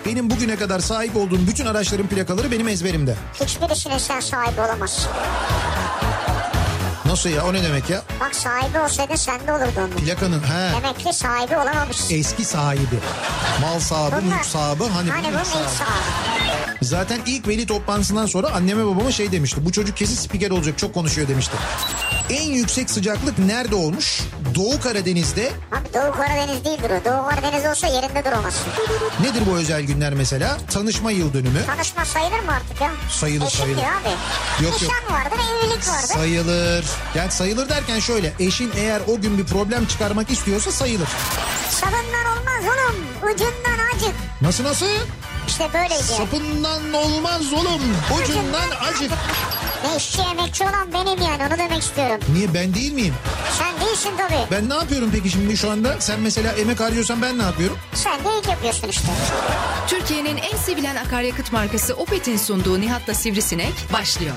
benim bugüne kadar sahip olduğum bütün araçların plakaları benim ezberimde. Hiçbirisine sen sahibi olamazsın. Nasıl ya, o ne demek ya? Bak sahibi olsaydı sende olurdu onun. Plakanın Demek ki sahibi olamamışsın. Eski sahibi. Mal sahibi, mülk sahibi. Hani bu ilk sahibi. Zaten ilk veli toplantısından sonra anneme babama şey demişti. Bu çocuk kesin spiker olacak, çok konuşuyor demişti. En yüksek sıcaklık nerede olmuş? Doğu Karadeniz'de. Abi Doğu Karadeniz değildir o. Doğu Karadeniz olsa yerinde duramazsın. Nedir bu özel günler mesela? Tanışma yıl dönümü. Tanışma sayılır mı artık ya? Sayılır. Abi. Yok. Nişan vardır, evlilik vardır. Sayılır. Yani sayılır derken şöyle. Eşin eğer o gün bir problem çıkarmak istiyorsa sayılır. Sabından olmaz oğlum. Ucundan acık. Nasıl? İşte böyleydi. Sapından olmaz oğlum. Ucundan acık. Ne işçi emekçi olan benim yani, onu demek istiyorum. Niye, ben değil miyim? Sen değilsin tabii. Ben ne yapıyorum peki şimdi şu anda? Sen mesela emek harcıyorsan ben ne yapıyorum? Sen de ilk yapıyorsun işte. Türkiye'nin en sevilen akaryakıt markası Opet'in sunduğu Nihat'la Sivrisinek başlıyor.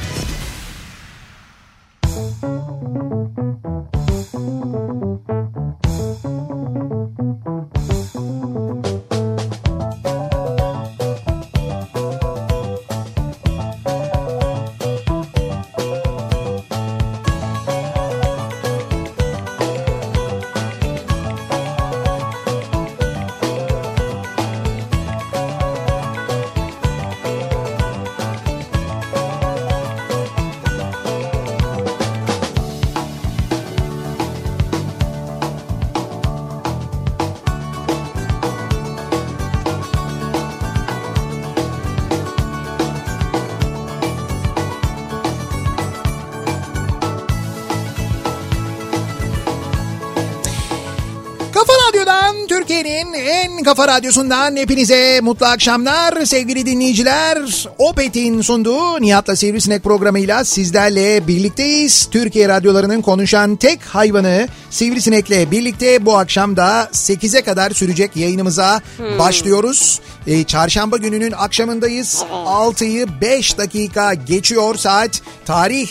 Türkiye'nin en kafa radyosundan hepinize mutlu akşamlar sevgili dinleyiciler. Opet'in sunduğu Nihat'la Sivrisinek programıyla sizlerle birlikteyiz. Türkiye radyolarının konuşan tek hayvanı Sivrisinek'le birlikte bu akşam da 8'e kadar sürecek yayınımıza başlıyoruz. Çarşamba gününün akşamındayız. 6'yı 5 dakika geçiyor saat. Tarih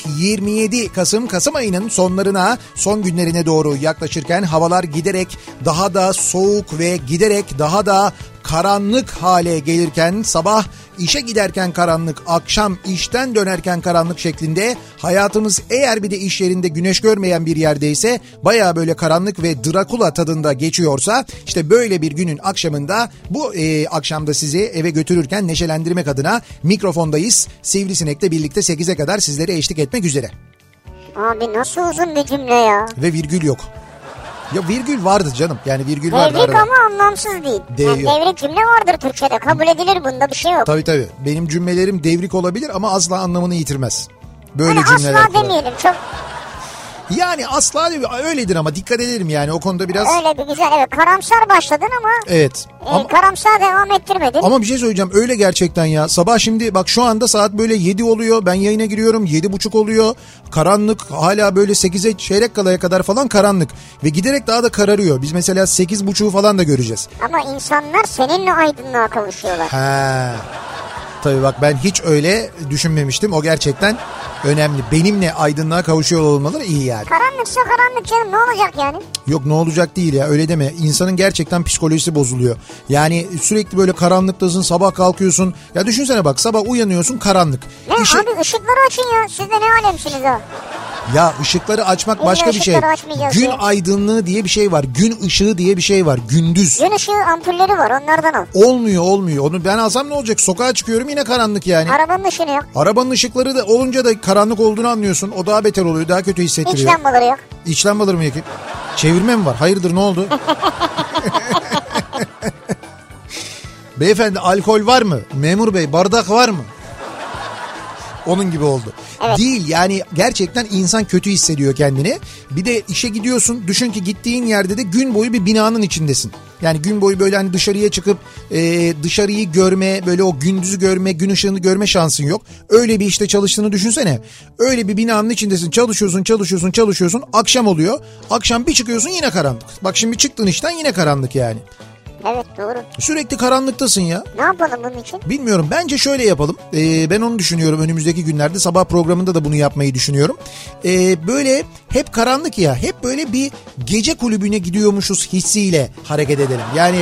27 Kasım. Kasım ayının sonlarına, son günlerine doğru yaklaşırken havalar giderek daha da soğuk ve giderek daha da karanlık hale gelirken, sabah işe giderken karanlık, akşam işten dönerken karanlık şeklinde hayatımız eğer bir de iş yerinde güneş görmeyen bir yerdeyse baya böyle karanlık ve Drakula tadında geçiyorsa, işte böyle bir günün akşamında bu akşamda sizi eve götürürken neşelendirmek adına mikrofondayız. Sivrisinek'le birlikte 8'e kadar sizlere eşlik etmek üzere. Abi nasıl uzun bir cümle ya. Ve virgül yok. Ya virgül vardı canım. Yani virgül vardı. Devrik ama anlamsız değil. Yani devrik cümle vardır Türkçe'de. Kabul edilir, bunda bir şey yok. Tabii. Benim cümlelerim devrik olabilir ama asla anlamını yitirmez. Böyle hani cümleler. Asla demeyelim çok. Yani asla öyledir ama dikkat edelim yani o konuda biraz. Öyle bir güzel, evet, karamsar başladın ama. Evet. Karamsar devam ettirmedin. Ama bir şey söyleyeceğim, öyle gerçekten ya. Sabah şimdi bak şu anda saat böyle 7 oluyor. Ben yayına giriyorum, 7.30 oluyor. Karanlık, hala böyle 8'e çeyrek kalaya kadar falan karanlık. Ve giderek daha da kararıyor. Biz mesela 8.30'u falan da göreceğiz. Ama insanlar seninle aydınlığa kavuşuyorlar. He. Tabii bak, ben hiç öyle düşünmemiştim. O gerçekten önemli. Benimle aydınlığa kavuşuyor olmaları iyi yani. Karanlıksa karanlık canım, ne olacak yani? Yok, ne olacak değil ya, öyle deme. İnsanın gerçekten psikolojisi bozuluyor. Yani sürekli böyle karanlıktasın, sabah kalkıyorsun. Ya düşünsene bak, sabah uyanıyorsun karanlık. Ne abi, ışıkları açın ya. Siz de ne alemsiniz o? Ya ışıkları açmak başka bir şey. Gün aydınlığı diye bir şey var. Gün ışığı diye bir şey var. Gündüz. Gün ışığı ampulleri var, onlardan al. Olmuyor. Onu ben alsam ne olacak? Sokağa çıkıyorum yine karanlık yani. Arabanın ışığı yok. Arabanın ışıkları da olunca da karanlık olduğunu anlıyorsun. O daha beter oluyor. Daha kötü hissettiriyor. İç lambaları yok. İç lambaları mı yok? Çevirme mi var? Hayırdır, ne oldu? Beyefendi, alkol var mı? Memur bey, bardak var mı? Onun gibi oldu. Evet. Değil yani, gerçekten insan kötü hissediyor kendini. Bir de işe gidiyorsun, düşün ki gittiğin yerde de gün boyu bir binanın içindesin. Yani gün boyu böyle hani dışarıya çıkıp dışarıyı görme, böyle o gündüzü görme, gün ışığını görme şansın yok. Öyle bir işte çalıştığını düşünsene. Öyle bir binanın içindesin, çalışıyorsun, akşam oluyor. Akşam bir çıkıyorsun yine karanlık. Bak şimdi çıktın işten yine karanlık yani. Evet, doğru. Sürekli karanlıktasın ya. Ne yapalım bunun için? Bilmiyorum, bence şöyle yapalım. Ben onu düşünüyorum, önümüzdeki günlerde sabah programında da bunu yapmayı düşünüyorum. Böyle hep karanlık ya, hep böyle bir gece kulübüne gidiyormuşuz hissiyle hareket edelim. Yani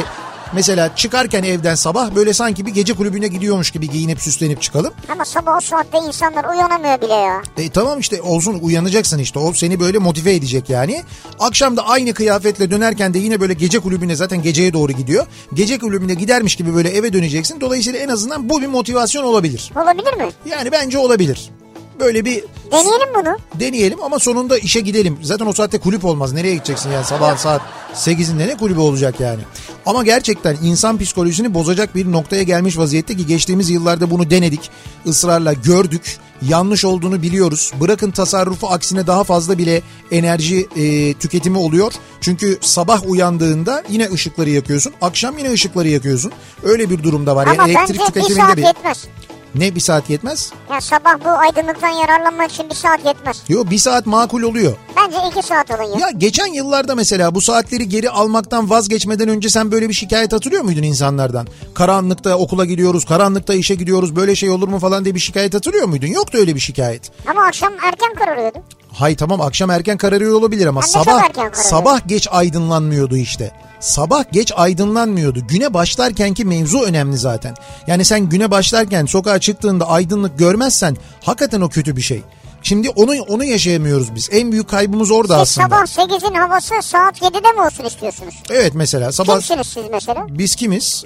Mesela çıkarken evden sabah böyle sanki bir gece kulübüne gidiyormuş gibi giyinip süslenip çıkalım. Ama sabah o saatte insanlar uyanamıyor bile ya. Tamam işte olsun, uyanacaksın işte, o seni böyle motive edecek yani. Akşam da aynı kıyafetle dönerken de yine böyle gece kulübüne, zaten geceye doğru gidiyor. Gece kulübüne gidermiş gibi böyle eve döneceksin. Dolayısıyla en azından bu bir motivasyon olabilir. Olabilir mi? Yani bence olabilir. Böyle bir... Deneyelim bunu. Deneyelim ama sonunda işe gidelim. Zaten o saatte kulüp olmaz. Nereye gideceksin yani sabah saat 8'inde ne kulübü olacak yani. Ama gerçekten insan psikolojisini bozacak bir noktaya gelmiş vaziyette ki geçtiğimiz yıllarda bunu denedik. Israrla gördük. Yanlış olduğunu biliyoruz. Bırakın tasarrufu, aksine daha fazla bile enerji tüketimi oluyor. Çünkü sabah uyandığında yine ışıkları yakıyorsun. Akşam yine ışıkları yakıyorsun. Öyle bir durumda var. Ama yani elektrik bence bir tüketiminde saat yetmez. Ne, bir saat yetmez? Ya sabah bu aydınlıktan yararlanmak için bir saat yetmez. Yok, bir saat makul oluyor. Bence 2 saat alın ya. Ya geçen yıllarda mesela bu saatleri geri almaktan vazgeçmeden önce sen böyle bir şikayet hatırlıyor muydun insanlardan? Karanlıkta okula gidiyoruz, karanlıkta işe gidiyoruz, böyle şey olur mu falan diye bir şikayet hatırlıyor muydun? Yoktu öyle bir şikayet. Ama akşam erken kararıyordu. Hay tamam, akşam erken kararıyor olabilir ama sabah geç aydınlanmıyordu işte. Sabah geç aydınlanmıyordu. Güne başlarkenki mevzu önemli zaten. Yani sen güne başlarken sokağa çıktığında aydınlık görmezsen hakikaten o kötü bir şey. Şimdi onu yaşayamıyoruz biz. En büyük kaybımız orada siz aslında. Sabah 8'in havası saat 7'de mi olsun istiyorsunuz? Evet mesela sabah. Kimsiniz siz mesela? Biz kimiz?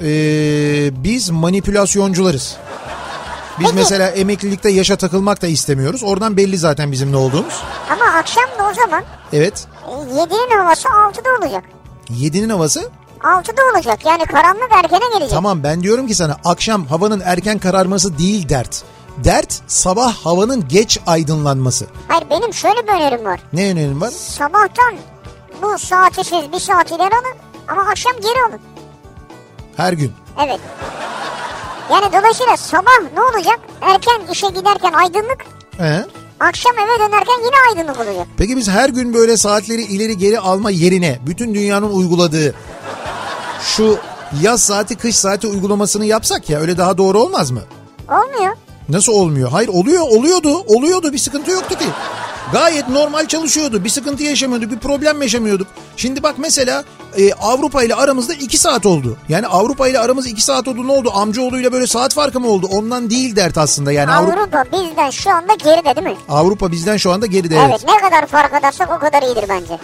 Biz manipülasyoncularız. Biz Peki. Mesela emeklilikte yaşa takılmak da istemiyoruz. Oradan belli zaten bizim ne olduğumuz. Ama akşam da o zaman Evet. 7'nin havası 6'da olacak. 7'nin havası? 6'da olacak, yani karanlık erkene gelecek. Tamam, ben diyorum ki sana akşam havanın erken kararması değil dert. Dert sabah havanın geç aydınlanması. Hayır, benim şöyle bir önerim var. Ne önerin var? Sabahtan bu saati siz bir saat ileri alın ama akşam geri alın. Her gün. Evet. Yani dolayısıyla sabah ne olacak? Erken işe giderken aydınlık. Akşam eve dönerken yine aydınlık olacak. Peki biz her gün böyle saatleri ileri geri alma yerine bütün dünyanın uyguladığı şu yaz saati kış saati uygulamasını yapsak ya, öyle daha doğru olmaz mı? Olmuyor. Nasıl olmuyor? Hayır, oluyordu bir sıkıntı yoktu ki. Gayet normal çalışıyordu, bir sıkıntı yaşamıyorduk, bir problem yaşamıyorduk. Şimdi bak mesela Avrupa ile aramızda 2 saat oldu. Yani Avrupa ile aramız 2 saat oldu, ne oldu? Amcaoğlu'yla böyle saat farkı mı oldu? Ondan değil dert aslında yani. Avrupa bizden şu anda geride değil mi? Avrupa bizden şu anda geride, evet. Evet, ne kadar fark edersek o kadar iyidir bence.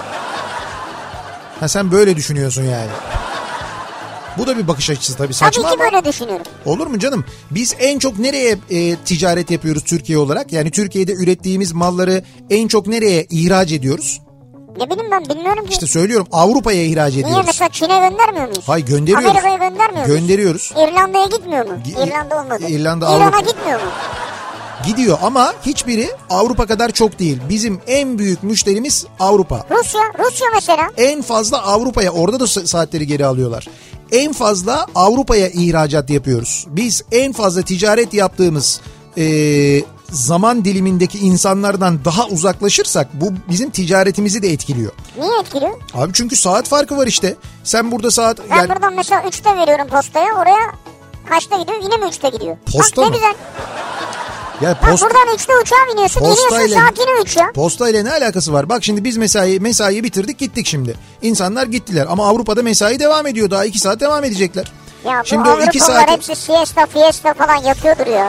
Ha, sen böyle düşünüyorsun yani. Bu da bir bakış açısı tabii, saçma Tabii ki ama. böyle düşünüyorum. Olur mu canım? Biz en çok nereye ticaret yapıyoruz Türkiye olarak? Yani Türkiye'de ürettiğimiz malları en çok nereye ihraç ediyoruz? Ne bileyim, ben bilmiyorum ki. İşte söylüyorum, Avrupa'ya ihraç ediyoruz. Niye mesela Çin'e göndermiyor muyuz? Hayır, gönderiyoruz. Amerika'ya göndermiyor muyuz? Gönderiyoruz. İrlanda'ya gitmiyor mu? İrlanda olmadı. İran'a gitmiyor mu? Gidiyor ama hiçbiri Avrupa kadar çok değil. Bizim en büyük müşterimiz Avrupa. Rusya mesela. En fazla Avrupa'ya, orada da saatleri geri alıyorlar. En fazla Avrupa'ya ihracat yapıyoruz. Biz en fazla ticaret yaptığımız zaman dilimindeki insanlardan daha uzaklaşırsak bu bizim ticaretimizi de etkiliyor. Niye etkiliyor? Abi çünkü saat farkı var işte. Sen burada saat... Ben buradan mesela 3'te veriyorum postaya, oraya kaçta gidiyor? Yine mi 3'te gidiyor? Posta bak, mı? Ne güzel. Ya buradan 3'te uçağa biniyorsun, geliyorsun saat yine 3 ya. Postayla ne alakası var? Bak şimdi biz mesaiyi bitirdik, gittik şimdi. İnsanlar gittiler ama Avrupa'da mesai devam ediyor. Daha 2 saat devam edecekler. Ya bu şimdi Avrupalılar hepsi siesta falan yapıyordur ya.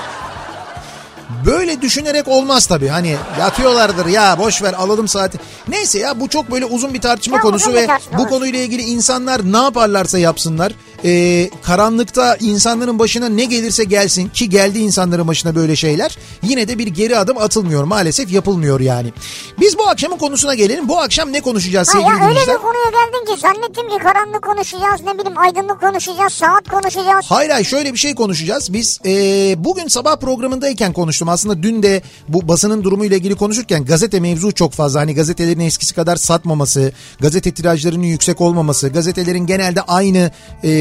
Böyle düşünerek olmaz tabii. Hani yatıyorlardır ya, boş ver alalım saati. Neyse ya, bu çok böyle uzun bir tartışma konusu ve bu konuyla ilgili insanlar ne yaparlarsa yapsınlar. Karanlıkta insanların başına ne gelirse gelsin, ki geldi insanların başına böyle şeyler, yine de bir geri adım atılmıyor, maalesef yapılmıyor yani. Biz bu akşamın konusuna gelelim. Bu akşam ne konuşacağız sevgili dinleyiciler? Öyle bir konuya geldin ki zannettim ki karanlık konuşacağız, ne bileyim aydınlık konuşacağız, saat konuşacağız. Hayır, şöyle bir şey konuşacağız. Biz bugün sabah programındayken konuştum. Aslında dün de bu basının durumuyla ilgili konuşurken gazete mevzu çok fazla. Hani gazetelerin eskisi kadar satmaması, gazete tirajlarının yüksek olmaması, gazetelerin genelde aynı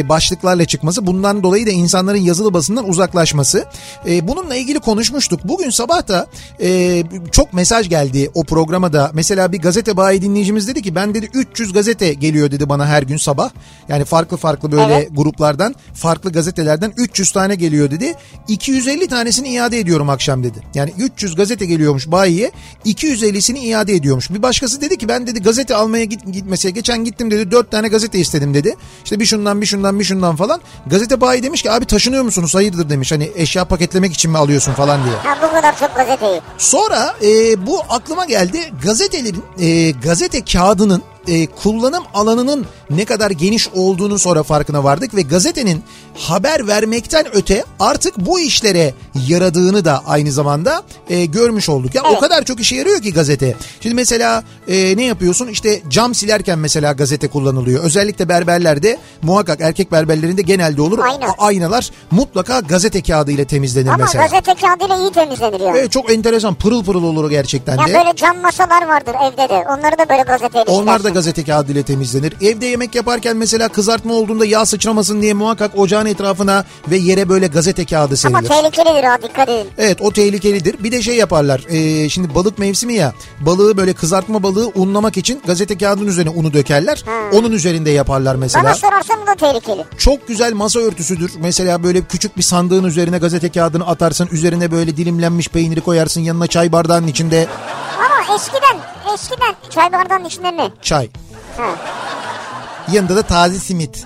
başlıklarla çıkması. Bundan dolayı da insanların yazılı basından uzaklaşması. Bununla ilgili konuşmuştuk. Bugün sabah da çok mesaj geldi o programa da. Mesela bir gazete bayi dinleyicimiz dedi ki ben dedi 300 gazete geliyor dedi bana her gün sabah. Yani farklı böyle gruplardan, farklı gazetelerden 300 tane geliyor dedi. 250 tanesini iade ediyorum akşam dedi. Yani 300 gazete geliyormuş bayiye, 250'sini iade ediyormuş. Bir başkası dedi ki ben dedi gazete almaya gitmeseye geçen gittim dedi 4 tane gazete istedim dedi. İşte bir şundan falan. Gazete bayi demiş ki abi taşınıyor musunuz hayırdır demiş. Hani eşya paketlemek için mi alıyorsun falan diye. Ha bu kadar çok gazeteyi. Sonra bu aklıma geldi. Gazetelerin gazete kağıdının kullanım alanının ne kadar geniş olduğunu sonra farkına vardık ve gazetenin haber vermekten öte artık bu işlere yaradığını da aynı zamanda görmüş olduk. Ya evet. O kadar çok işe yarıyor ki gazete. Şimdi mesela ne yapıyorsun? İşte cam silerken mesela gazete kullanılıyor. Özellikle berberlerde muhakkak erkek berberlerinde genelde olur. Aynalar mutlaka gazete kağıdı ile temizlenir ama mesela. Ama gazete kağıdı ile iyi temizlenir yani. Evet, çok enteresan, pırıl pırıl olur gerçekten ya de. Ya böyle cam masalar vardır evde de. Onları da böyle gazeteyle onlar da gazete kağıdı ile temizlenir. Evde yemek yaparken mesela kızartma olduğunda yağ sıçramasın diye muhakkak ocağın etrafına ve yere böyle gazete kağıdı serilir. Ama tehlikelidir ha, dikkat edin. Evet, o tehlikelidir. Bir de şey yaparlar. Şimdi balık mevsimi ya. Balığı böyle kızartma balığı unlamak için gazete kağıdının üzerine unu dökerler. Onun üzerinde yaparlar mesela. Bana sorarsan bu da tehlikeli. Çok güzel masa örtüsüdür. Mesela böyle küçük bir sandığın üzerine gazete kağıdını atarsın. Üzerine böyle dilimlenmiş peyniri koyarsın. Yanına çay bardağının içinde. Ama eskiden çay bardağının içinde ne? Çay. Ha. Yanında da taze simit.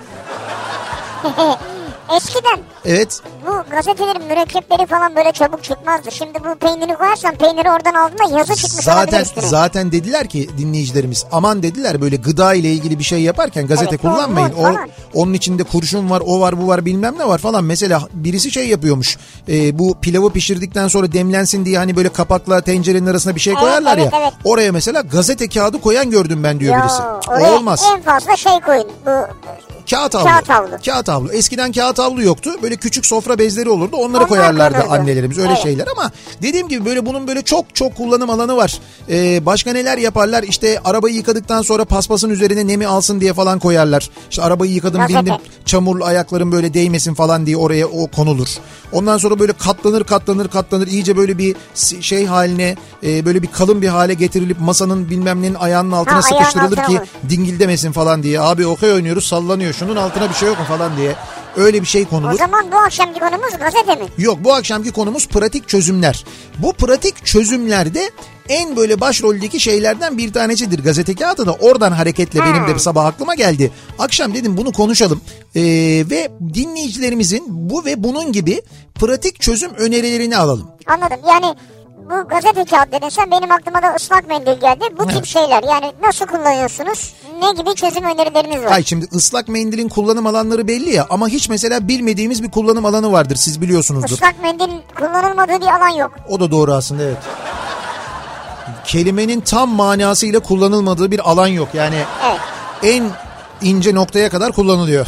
Eskiden. Evet. Bu gazetelerin mürekkepleri falan böyle çabuk çıkmazdı. Şimdi bu peyniri koyarsan peyniri oradan aldığında yazı çıkmış. Zaten dediler ki dinleyicilerimiz aman dediler böyle gıda ile ilgili bir şey yaparken gazete kullanmayın. Onun içinde kurşun var, o var, bu var, bilmem ne var falan. Mesela birisi şey yapıyormuş. Bu pilavı pişirdikten sonra demlensin diye hani böyle kapakla tencerenin arasına bir şey koyarlar ya. Evet. Oraya mesela gazete kağıdı koyan gördüm ben diyor birisi. O olmaz. En fazla şey koyun. Bu Kağıt havlu. Eskiden kağıt havlu yoktu. Böyle küçük sofra bezleri olurdu. Onları koyarlardı annelerimiz. Öyle şeyler ama dediğim gibi böyle bunun böyle çok kullanım alanı var. Başka neler yaparlar? İşte arabayı yıkadıktan sonra paspasın üzerine nemi alsın diye falan koyarlar. İşte arabayı yıkadım bindim. Çamurlu ayaklarım böyle değmesin falan diye oraya o konulur. Ondan sonra böyle katlanır. İyice böyle bir şey haline böyle bir kalın bir hale getirilip masanın bilmem nenin ayağının altına sıkıştırılır ki dingildemesin falan diye. Abi okey oynuyoruz, sallanıyor. Şunun altına bir şey yok mu falan diye. Öyle bir şey konulur. O zaman bu akşamki konumuz gazete mi? Yok, bu akşamki konumuz pratik çözümler. Bu pratik çözümlerde en böyle başroldeki şeylerden bir tanesidir gazete kağıdı da. Oradan hareketle benim de bir sabah aklıma geldi. Akşam dedim bunu konuşalım. Ve dinleyicilerimizin bu ve bunun gibi pratik çözüm önerilerini alalım. Anladım. Yani bu gazete kağıdı dedin sen, benim aklıma da ıslak mendil geldi. Bu tip şeyler yani nasıl kullanıyorsunuz? Ne gibi çözüm önerileriniz var? Hayır, şimdi ıslak mendilin kullanım alanları belli ya ama hiç mesela bilmediğimiz bir kullanım alanı vardır, siz biliyorsunuzdur. Islak mendilin kullanılmadığı bir alan yok. O da doğru aslında, evet. Kelimenin tam manasıyla kullanılmadığı bir alan yok yani. Evet. En ince noktaya kadar kullanılıyor.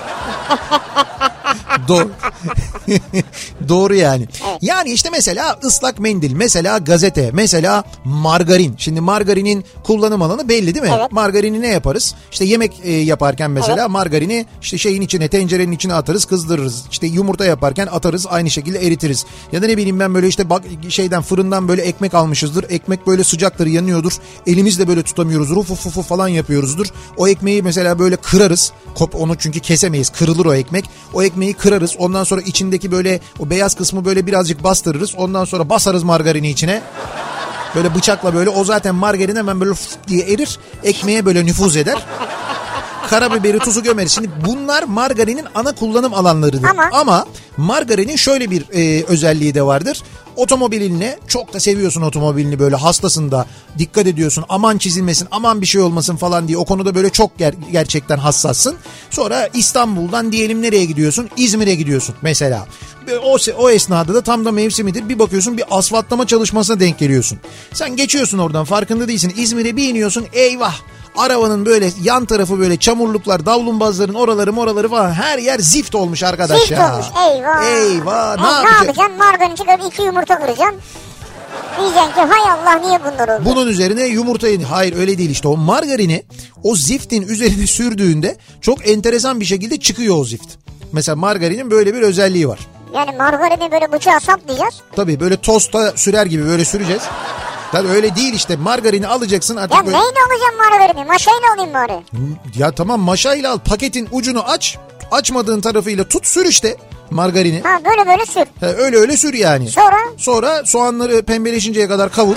Doğru yani. Evet. Yani işte mesela ıslak mendil, mesela gazete, mesela margarin. Şimdi margarinin kullanım alanı belli değil mi? Evet. Margarini ne yaparız? İşte yemek yaparken mesela margarini işte şeyin içine, tencerenin içine atarız, kızdırırız. İşte yumurta yaparken atarız, aynı şekilde eritiriz. Ya da ne bileyim ben böyle işte şeyden, fırından böyle ekmek almışızdır. Ekmek böyle sıcaktır, yanıyordur. Elimizle böyle tutamıyoruz. Ruf falan yapıyoruzdur. O ekmeği mesela böyle kırarız. Onu çünkü kesemeyiz. Kırılır o ekmek. O ekmeği kırarız. Ondan sonra içindeki böyle o beyaz kısmı böyle birazcık bastırırız. Ondan sonra basarız margarini içine. Böyle bıçakla böyle, o zaten margarin hemen böyle diye erir. Ekmeğe böyle nüfuz eder. Karabiberi, tuzu gömeriz. Şimdi bunlar margarinin ana kullanım alanlarıdır. Ama margarinin şöyle bir özelliği de vardır. Otomobilinle çok da seviyorsun, otomobilini böyle hastasın da, dikkat ediyorsun, aman çizilmesin, aman bir şey olmasın falan diye, o konuda böyle çok gerçekten hassassın. Sonra İstanbul'dan diyelim nereye gidiyorsun? İzmir'e gidiyorsun mesela. O esnada da tam da mevsimidir, bir bakıyorsun bir asfaltlama çalışmasına denk geliyorsun. Sen geçiyorsun oradan, farkında değilsin, İzmir'e bir iniyorsun, eyvah! Arabanın böyle yan tarafı böyle çamurluklar, davlumbazların oraları falan, her yer zift olmuş arkadaş. Zift olmuş, eyvah. Eyvah, ne yapacaksın? Margarin çıkıp 2 yumurta kıracaksın. Diyeceksin ki hay Allah niye bunlar oldu? Bunun üzerine yumurtayı... Hayır öyle değil işte, o margarini o ziftin üzerine sürdüğünde çok enteresan bir şekilde çıkıyor o zift. Mesela margarinin böyle bir özelliği var. Yani margarini böyle bıçağa saplayacağız. Tabii böyle tosta sürer gibi böyle süreceğiz. Tabii öyle değil işte, margarini alacaksın artık. Ya böyle... neyle alacağım margarini? Maşayla alayım bari. Ya tamam, maşayla al, paketin ucunu aç. Açmadığın tarafıyla tut, sür işte margarini. Ha böyle sür. Öyle sür yani. Sonra soğanları pembeleşinceye kadar kavur.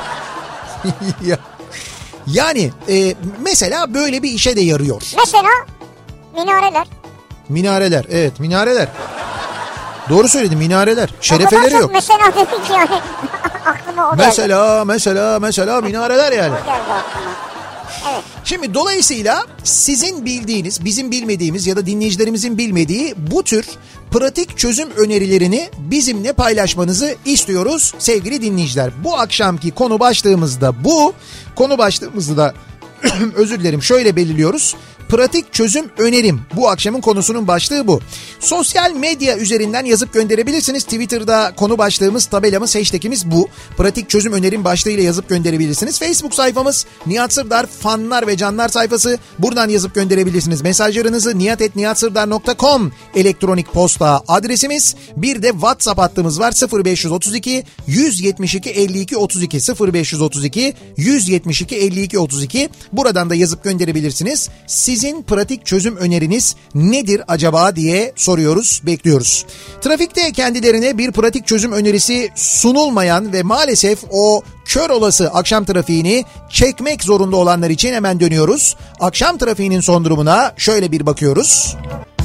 Yani mesela böyle bir işe de yarıyor. Mesela minareler. Minareler, evet minareler. Doğru söyledim, minareler. Şerefeleri yok. Mesela dedim ki yani aklıma o geldi. Mesela minareler yani. O geldi aklıma. Evet. Şimdi dolayısıyla sizin bildiğiniz, bizim bilmediğimiz ya da dinleyicilerimizin bilmediği bu tür pratik çözüm önerilerini bizimle paylaşmanızı istiyoruz sevgili dinleyiciler. Bu akşamki konu başlığımızda bu. Konu başlığımızı da özür dilerim şöyle belirliyoruz. Pratik çözüm önerim. Bu akşamın konusunun başlığı bu. Sosyal medya üzerinden yazıp gönderebilirsiniz. Twitter'da konu başlığımız, tabelamız, hashtagimiz bu. Pratik çözüm önerim başlığıyla yazıp gönderebilirsiniz. Facebook sayfamız Nihat Sırdar fanlar ve canlar sayfası. Buradan yazıp gönderebilirsiniz. Mesajlarınızı nihat@nihatsırdar.com elektronik posta adresimiz. Bir de WhatsApp hattımız var. 0532 172 52 32 0532 172 52 32. Buradan da yazıp gönderebilirsiniz. Sizin pratik çözüm öneriniz nedir acaba diye soruyoruz, bekliyoruz. Trafikte kendilerine bir pratik çözüm önerisi sunulmayan ve maalesef o kör olası akşam trafiğini çekmek zorunda olanlar için hemen dönüyoruz. Akşam trafiğinin son durumuna şöyle bir bakıyoruz.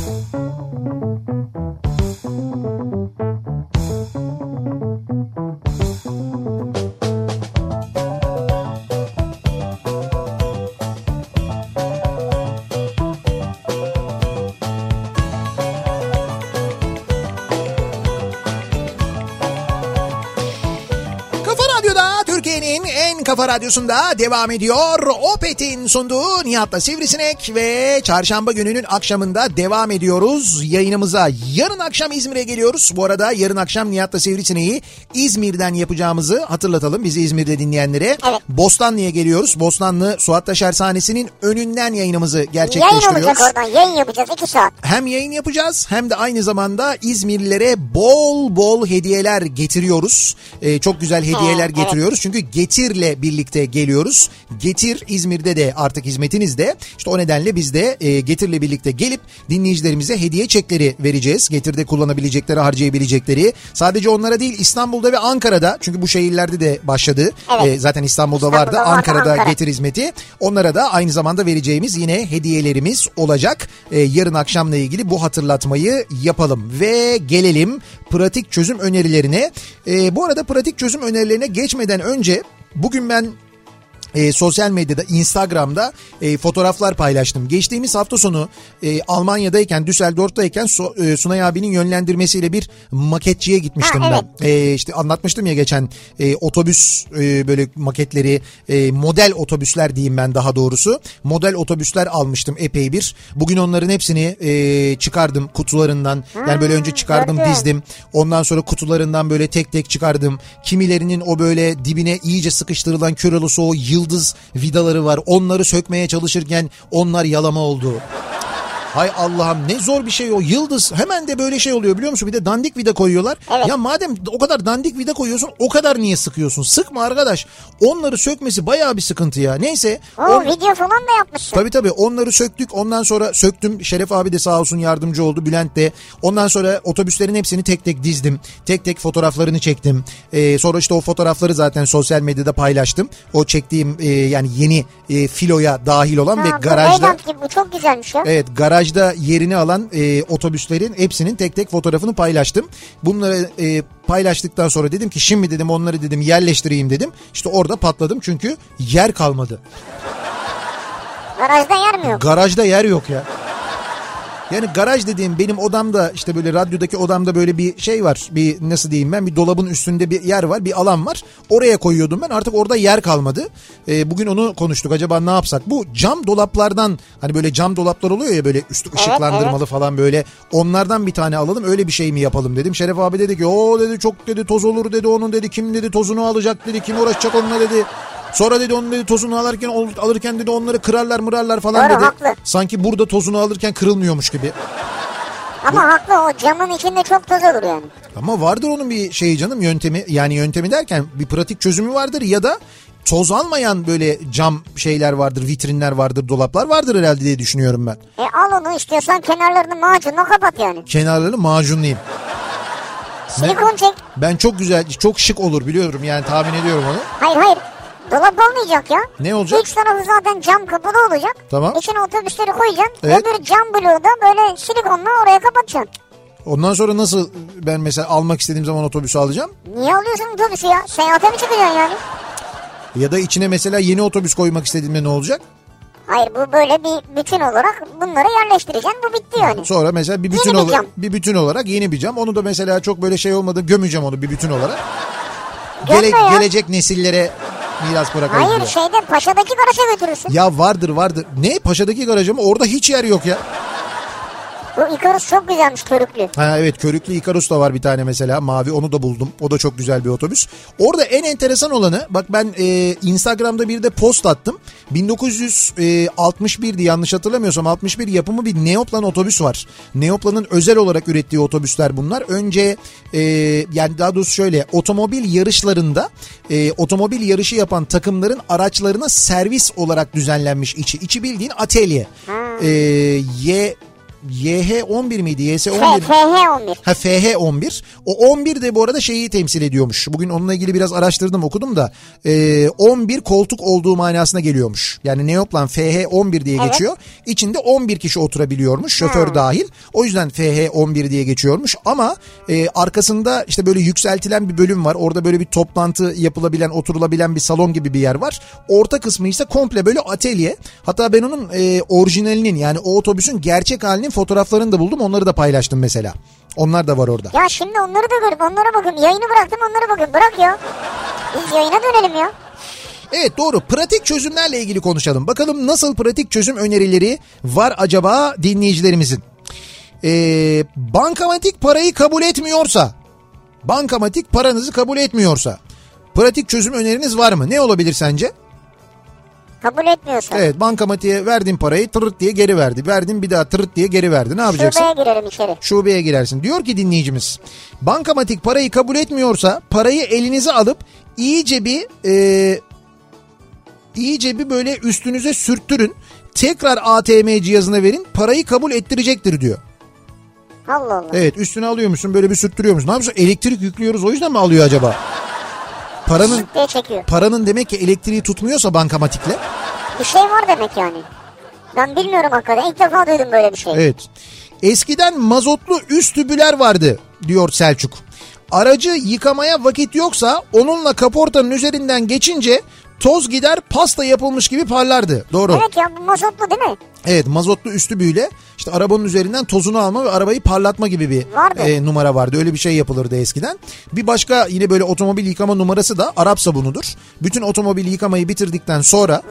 Kafa Radyosu'nda devam ediyor. Opet'in sunduğu Nihat'la Sivrisinek ve çarşamba gününün akşamında devam ediyoruz yayınımıza. Yarın akşam İzmir'e geliyoruz. Bu arada yarın akşam Nihat'la Sivrisinek'i İzmir'den yapacağımızı hatırlatalım bizi İzmir'de dinleyenlere. Evet. Bostanlı'ya geliyoruz. Bostanlı Suat Taşer sahnesinin önünden yayınımızı gerçekleştiriyoruz. Yayın olacak oradan, yayın yapacağız 2 saat. Hem yayın yapacağız hem de aynı zamanda İzmirlilere bol bol hediyeler getiriyoruz. Çok güzel hediyeler getiriyoruz. Çünkü Getir'le birlikte geliyoruz. Getir İzmir'de de artık hizmetinizde. İşte o nedenle biz de Getir'le birlikte gelip dinleyicilerimize hediye çekleri vereceğiz. Getir'de kullanabilecekleri, harcayabilecekleri. Sadece onlara değil, İstanbul'da ve Ankara'da, çünkü bu şehirlerde de başladı. Evet. Zaten İstanbul'da vardı. Ankara'da Getir hizmeti. Onlara da aynı zamanda vereceğimiz yine hediyelerimiz olacak. Yarın akşamla ilgili bu hatırlatmayı yapalım ve gelelim pratik çözüm önerilerine. Bu arada pratik çözüm önerilerine geçmeden önce bugün ben sosyal medyada, Instagram'da fotoğraflar paylaştım. Geçtiğimiz hafta sonu Almanya'dayken, Düsseldorf'tayken Sunay abinin yönlendirmesiyle bir maketçiye gitmiştim ben. İşte anlatmıştım ya geçen otobüs böyle maketleri, model otobüsler diyeyim ben daha doğrusu. Model otobüsler almıştım epey bir. Bugün onların hepsini çıkardım kutularından. Yani böyle önce çıkardım, dizdim. Ondan sonra kutularından böyle tek tek çıkardım. Kimilerinin o böyle dibine iyice sıkıştırılan körolosu, o yıldız vidaları var. Onları sökmeye çalışırken onlar yalama oldu. Hay Allah'ım, ne zor bir şey o. Yıldız hemen de böyle şey oluyor biliyor musun? Bir de dandik vida koyuyorlar. Evet. Ya madem o kadar dandik vida koyuyorsun, o kadar niye sıkıyorsun? Sıkma arkadaş. Onları sökmesi bayağı bir sıkıntı ya. Neyse. Video falan da yapmışsın. Tabii onları söktük. Ondan sonra söktüm. Şeref abi de sağ olsun yardımcı oldu. Bülent de. Ondan sonra otobüslerin hepsini tek tek dizdim. Tek tek fotoğraflarını çektim. Sonra işte o fotoğrafları zaten sosyal medyada paylaştım. O çektiğim yani yeni filoya dahil olan ve garajda. Bu çok güzelmiş ya. Evet, garajda yerini alan otobüslerin hepsinin tek tek fotoğrafını paylaştım. Bunları paylaştıktan sonra dedim ki şimdi dedim onları dedim yerleştireyim dedim. İşte orada patladım çünkü yer kalmadı. Garajda yer mi yok? Garajda yer yok ya. Yani garaj dediğim benim odamda işte böyle radyodaki odamda böyle bir şey var. Bir nasıl diyeyim ben bir dolabın üstünde bir yer var, bir alan var. Oraya koyuyordum ben, artık orada yer kalmadı. Bugün onu konuştuk, acaba ne yapsak? Bu cam dolaplardan, hani böyle cam dolaplar oluyor ya böyle üstü ışıklandırmalı falan, böyle onlardan bir tane alalım, öyle bir şey mi yapalım dedim. Şeref abi dedi ki o dedi çok dedi toz olur dedi, onun dedi kim dedi tozunu alacak dedi, kim uğraşacak onunla dedi. Sonra dedi onun dedi tozunu alırken dedi onları kırarlar mırarlar falan. Doğru, dedi. Haklı. Sanki burada tozunu alırken kırılmıyormuş gibi. Ama haklı, o camın içinde çok toz olur yani. Ama vardır onun bir şeyi canım, yöntemi, yani yöntemi derken bir pratik çözümü vardır ya da toz almayan böyle cam şeyler vardır, vitrinler vardır, dolaplar vardır herhalde diye düşünüyorum ben. Al onu istiyorsan kenarlarını macunla kapat yani. Kenarlarını macunlayayım. Silikon çek. Ben çok güzel, çok şık olur biliyorum yani, tahmin ediyorum onu. Hayır. Dolap olmayacak ya. Ne olacak? İlk tarafı zaten cam kapalı olacak. Tamam. İçine otobüsleri koyacaksın. Evet. Öbür cam bloğu da böyle silikonla oraya kapatacaksın. Ondan sonra nasıl ben mesela almak istediğim zaman otobüsü alacağım? Niye alıyorsun otobüsü ya? Seyahate mi çıkacaksın yani? Ya da içine mesela yeni otobüs koymak istediğimde ne olacak? Hayır, bu böyle bir bütün olarak bunları yerleştireceksin, bu bitti yani. Sonra mesela bir bütün olarak yeni bir cam. Onu da mesela çok böyle şey olmadı, gömeceğim onu bir bütün olarak. Gelecek nesillere miras bırakayım. Hayır, şeyde Paşa'daki garaja götürürsün. Ya vardır. Ne? Paşa'daki garajı mı? Orada hiç yer yok ya. Bu Ikarus çok güzelmiş, körüklü. Ha evet, körüklü Ikarus da var bir tane mesela, mavi, onu da buldum. O da çok güzel bir otobüs. Orada en enteresan olanı, bak ben Instagram'da bir de post attım. 1961'di yanlış hatırlamıyorsam, 61 yapımı bir Neoplan otobüs var. Neoplan'ın özel olarak ürettiği otobüsler bunlar. Önce yani daha doğrusu şöyle, otomobil yarışlarında otomobil yarışı yapan takımların araçlarına servis olarak düzenlenmiş içi. İçi bildiğin atölye. YH11 miydi? YS11. FH11. Ha, FH11. O 11 de bu arada şeyi temsil ediyormuş. Bugün onunla ilgili biraz araştırdım, okudum da 11 koltuk olduğu manasına geliyormuş. Yani Neoplan FH11 diye geçiyor. İçinde 11 kişi oturabiliyormuş, şoför dahil. O yüzden FH11 diye geçiyormuş ama arkasında işte böyle yükseltilen bir bölüm var. Orada böyle bir toplantı yapılabilen, oturulabilen bir salon gibi bir yer var. Orta kısmı ise komple böyle atölye. Hatta ben onun orijinalinin, yani o otobüsün gerçek halinin fotoğraflarını da buldum, onları da paylaştım mesela. Onlar da var orada. Ya şimdi onları da görüp onlara bakın. Yayını bıraktım, onlara bakın. Bırak ya. Biz yayına dönelim ya. Evet, doğru. Pratik çözümlerle ilgili konuşalım. Bakalım nasıl pratik çözüm önerileri var acaba dinleyicilerimizin? Bankamatik parayı kabul etmiyorsa, bankamatik paranızı kabul etmiyorsa pratik çözüm öneriniz var mı? Ne olabilir sence? Kabul etmiyorsa. Evet, bankamatiğe verdin parayı, tırırt diye geri verdi. Verdin bir daha tırırt diye geri verdi. Ne yapacaksın? Şubeye girelim içeri. Şubeye girersin. Diyor ki dinleyicimiz, bankamatik parayı kabul etmiyorsa parayı elinize alıp iyice bir böyle üstünüze sürttürün. Tekrar ATM cihazına verin, parayı kabul ettirecektir diyor. Allah Allah. Evet, üstüne alıyormuşsun, böyle bir sürttürüyormuşsun. Ne yapıyorsun? Elektrik yüklüyoruz, o yüzden mi alıyor acaba? Paranın demek ki elektriği tutmuyorsa bankamatikle. Bir şey var demek yani. Ben bilmiyorum hakikaten. İlk defa duydum böyle bir şey. Evet. Eskiden mazotlu üst tübüler vardı diyor Selçuk. Aracı yıkamaya vakit yoksa onunla kaportanın üzerinden geçince toz gider, pasta yapılmış gibi parlardı. Doğru. Evet ya, bu mazotlu değil mi? Evet, mazotlu üst tübüyle işte arabanın üzerinden tozunu alma ve arabayı parlatma gibi bir numara vardı. Öyle bir şey yapılırdı eskiden. Bir başka yine böyle otomobil yıkama numarası da Arap sabunudur. Bütün otomobil yıkamayı bitirdikten sonra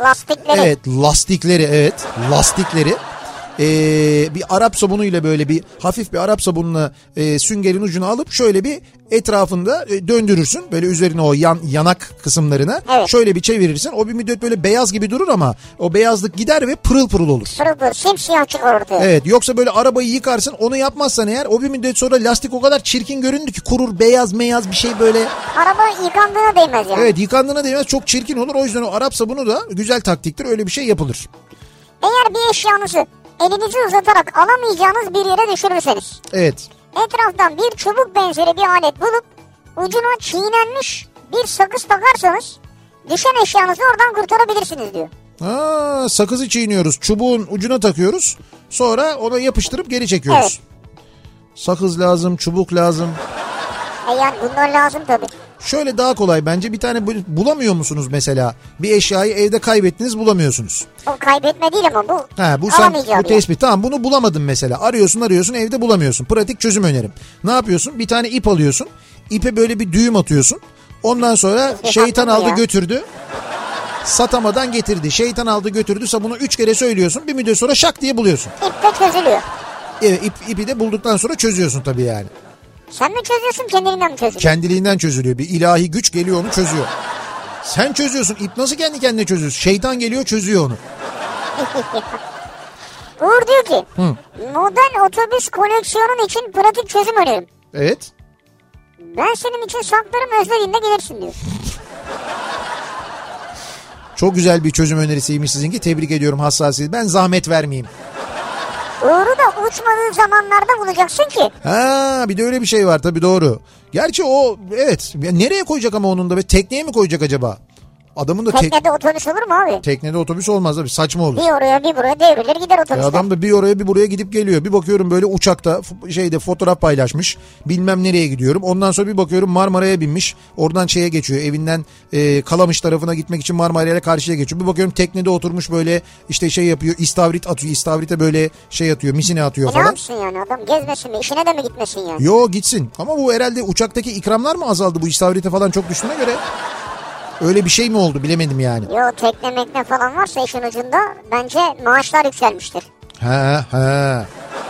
lastikleri bir Arap sabunuyla, böyle bir hafif bir Arap sabunla süngerin ucunu alıp şöyle bir etrafında döndürürsün. Böyle üzerine o yanak kısımlarına şöyle bir çevirirsin. O bir müddet böyle beyaz gibi durur ama o beyazlık gider ve pırıl pırıl olur. Pırıl pırıl, simsiyah çıkar ortaya. Evet, yoksa böyle arabayı yıkarsın, onu yapmazsan eğer o bir müddet sonra lastik o kadar çirkin göründü ki kurur, beyaz bir şey böyle. Araba yıkandığına değmez yani. Evet, yıkandığına değmez, çok çirkin olur. O yüzden o Arap sabunu da güzel taktiktir, öyle bir şey yapılır. Eğer bir eşyanızı elinizi uzatarak alamayacağınız bir yere düşürürseniz. Evet. Etraftan bir çubuk benzeri bir alet bulup ucuna çiğnenmiş bir sakız takarsanız düşen eşyanızı oradan kurtarabilirsiniz diyor. Sakızı çiğniyoruz, çubuğun ucuna takıyoruz, sonra ona yapıştırıp geri çekiyoruz. Evet. Sakız lazım, çubuk lazım. Yani bunlar lazım tabii. Şöyle daha kolay bence, bir tane bulamıyor musunuz mesela? Bir eşyayı evde kaybettiniz, bulamıyorsunuz. O kaybetme değil ama bu. Bu tespit. Tamam, bunu bulamadın mesela. Arıyorsun evde bulamıyorsun. Pratik çözüm önerim. Ne yapıyorsun? Bir tane ip alıyorsun. İpe böyle bir düğüm atıyorsun. Ondan sonra şeytan aldı götürdü. Satamadan getirdi. Şeytan aldı götürdü. Bunu 3 kere söylüyorsun. Bir müddet sonra şak diye buluyorsun. İp de çözülüyor. Evet, ipi de bulduktan sonra çözüyorsun tabii yani. Sen mi çözüyorsun, kendiliğinden mi çözülüyor? Kendiliğinden çözülüyor. Bir ilahi güç geliyor onu çözüyor. Sen çözüyorsun. İp nasıl kendi kendine çözüyorsun? Şeytan geliyor çözüyor onu. Uğur diyor ki model otobüs koleksiyonun için pratik çözüm önerim. Evet. Ben senin için saklarım, özlediğinde gelirsin diyor. Çok güzel bir çözüm önerisiymiş sizinki. Tebrik ediyorum, hassasiyet. Ben zahmet vermeyeyim. Uğur'u da uçmadığı zamanlarda bulacaksın ki. Ha, bir de öyle bir şey var tabii, doğru. Gerçi o evet. Nereye koyacak ama onun da? Tekneye mi koyacak acaba? Adamın da teknede otobüs olur mu abi? Teknede otobüs olmaz abi, saçma olur. Bir oraya bir buraya devrilir gider otobüsler. Adam da bir oraya bir buraya gidip geliyor. Bir bakıyorum böyle uçakta fotoğraf paylaşmış. Bilmem nereye gidiyorum. Ondan sonra bir bakıyorum Marmara'ya binmiş. Oradan şeye geçiyor. Evinden Kalamış tarafına gitmek için Marmara'ya karşıya geçiyor. Bir bakıyorum teknede oturmuş böyle yapıyor. İstavrit atıyor. İstavrite böyle atıyor. Misine atıyor falan. Ne yapsın yani adam, gezmesin mi? İşine de mi gitmesin yani? Yo, gitsin. Ama bu herhalde uçaktaki ikramlar mı azaldı, bu istavrite falan çok düştüğüne göre? Öyle bir şey mi oldu, bilemedim yani. Yo, tekne falan varsa işin ucunda bence maaşlar yükselmiştir. He.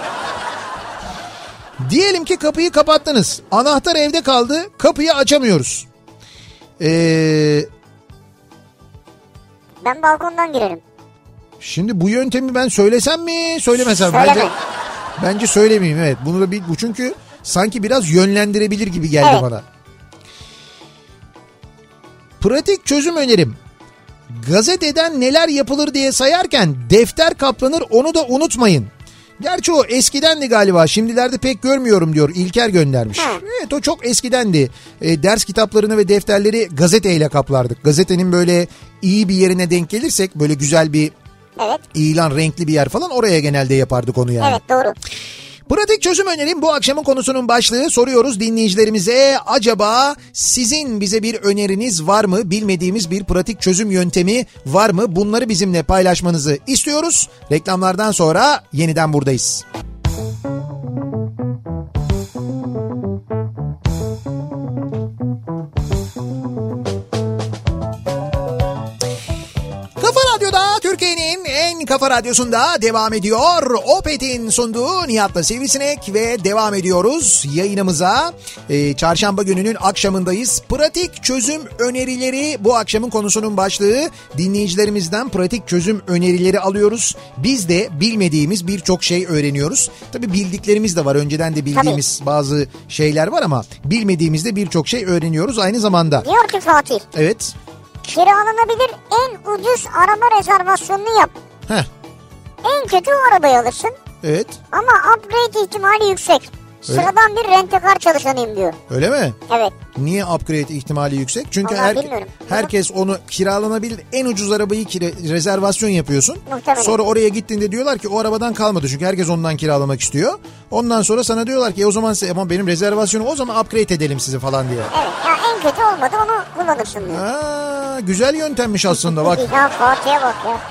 Diyelim ki kapıyı kapattınız. Anahtar evde kaldı. Kapıyı açamıyoruz. Ben balkondan girerim. Şimdi bu yöntemi ben söylesem mi, söylemesem mi? Bence söylemeyeyim, evet. Bunu da bu çünkü sanki biraz yönlendirebilir gibi geldi bana. Pratik çözüm önerim. Gazeteden neler yapılır diye sayarken defter kaplanır, onu da unutmayın. Gerçi o eskidendi galiba, şimdilerde pek görmüyorum diyor, İlker göndermiş. Evet, o çok eskidendi. Ders kitaplarını ve defterleri gazeteyle kaplardık. Gazetenin böyle iyi bir yerine denk gelirsek, böyle güzel bir ilan, renkli bir yer falan, oraya genelde yapardık onu yani. Evet, doğru. Pratik çözüm önerim bu akşamın konusunun başlığı. Soruyoruz dinleyicilerimize, acaba sizin bize bir öneriniz var mı? Bilmediğimiz bir pratik çözüm yöntemi var mı? Bunları bizimle paylaşmanızı istiyoruz. Reklamlardan sonra yeniden buradayız. Türkiye'nin en kafa radyosunda devam ediyor. Opet'in sunduğu Nihat'la Sivrisinek ve devam ediyoruz yayınımıza. Çarşamba gününün akşamındayız. Pratik çözüm önerileri bu akşamın konusunun başlığı. Dinleyicilerimizden pratik çözüm önerileri alıyoruz. Biz de bilmediğimiz birçok şey öğreniyoruz. Tabii bildiklerimiz de var. Önceden de bildiğimiz bazı şeyler var ama bilmediğimiz de birçok şey öğreniyoruz aynı zamanda. Diyor ki Fatih. Evet. Kiralanabilir en ucuz araba rezervasyonunu yap. En kötü o arabayı alırsın. Evet. Ama upgrade ihtimali yüksek. Sıradan bir rentekar çalışanıyım diyor. Öyle mi? Evet. Niye upgrade ihtimali yüksek? Çünkü herkes onu kiralanabilir en ucuz arabayı rezervasyon yapıyorsun. Muhtemelen. Sonra oraya gittiğinde diyorlar ki o arabadan kalmadı. Çünkü herkes ondan kiralamak istiyor. Ondan sonra sana diyorlar ki o zaman ama benim rezervasyonum, o zaman upgrade edelim sizi falan diye. Evet ya, en kötü olmadı onu kullanırsın diyor. Güzel yöntemmiş aslında bak. Ya Fatih'e bak ya.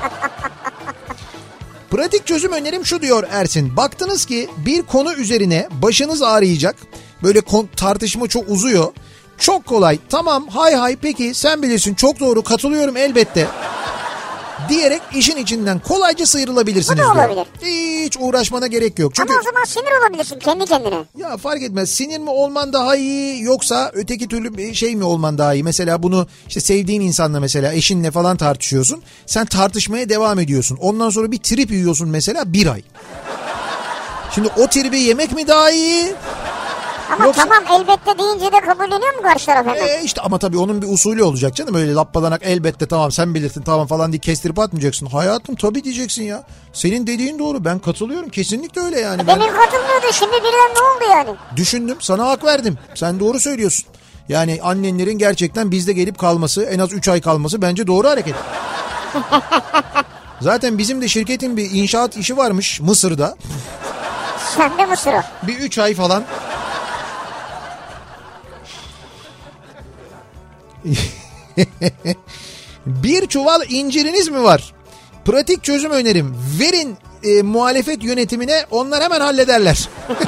Pratik çözüm önerim şu diyor Ersin. Baktınız ki bir konu üzerine başınız ağrıyacak. Böyle tartışma çok uzuyor. Çok kolay. Tamam, hay peki sen bilirsin, çok doğru, katılıyorum elbette. Diyerek işin içinden kolayca sıyrılabilirsiniz diyor. Bu da olabilir. Hiç uğraşmana gerek yok. Çünkü... Ama o zaman sinir olabilirsin kendi kendine. Ya fark etmez. Sinir mi olman daha iyi, yoksa öteki türlü bir şey mi olman daha iyi? Mesela bunu işte sevdiğin insanla, mesela eşinle falan tartışıyorsun. Sen tartışmaya devam ediyorsun. Ondan sonra bir trip yiyorsun mesela 1 ay. Şimdi o tribi yemek mi daha iyi? Ama yoksa... tamam elbette deyince de kabulleniyor mu karşı taraf hemen? İşte ama tabii onun bir usulü olacak canım. Öyle lappalanak elbette tamam sen bilirsin tamam falan diye kestirip atmayacaksın. Hayatım tabii diyeceksin ya. Senin dediğin doğru, ben katılıyorum, kesinlikle öyle yani. Benim katılmıyordu, şimdi birden ne oldu yani? Düşündüm, sana hak verdim. Sen doğru söylüyorsun. Yani annenlerin gerçekten bizde gelip kalması, en az 3 ay kalması bence doğru hareket. Zaten bizim de şirketin bir inşaat işi varmış Mısır'da. Sen de Mısır'a. Bir 3 ay falan. Bir çuval inciriniz mi var? Pratik çözüm önerim. Verin muhalefet yönetimine, onlar hemen hallederler.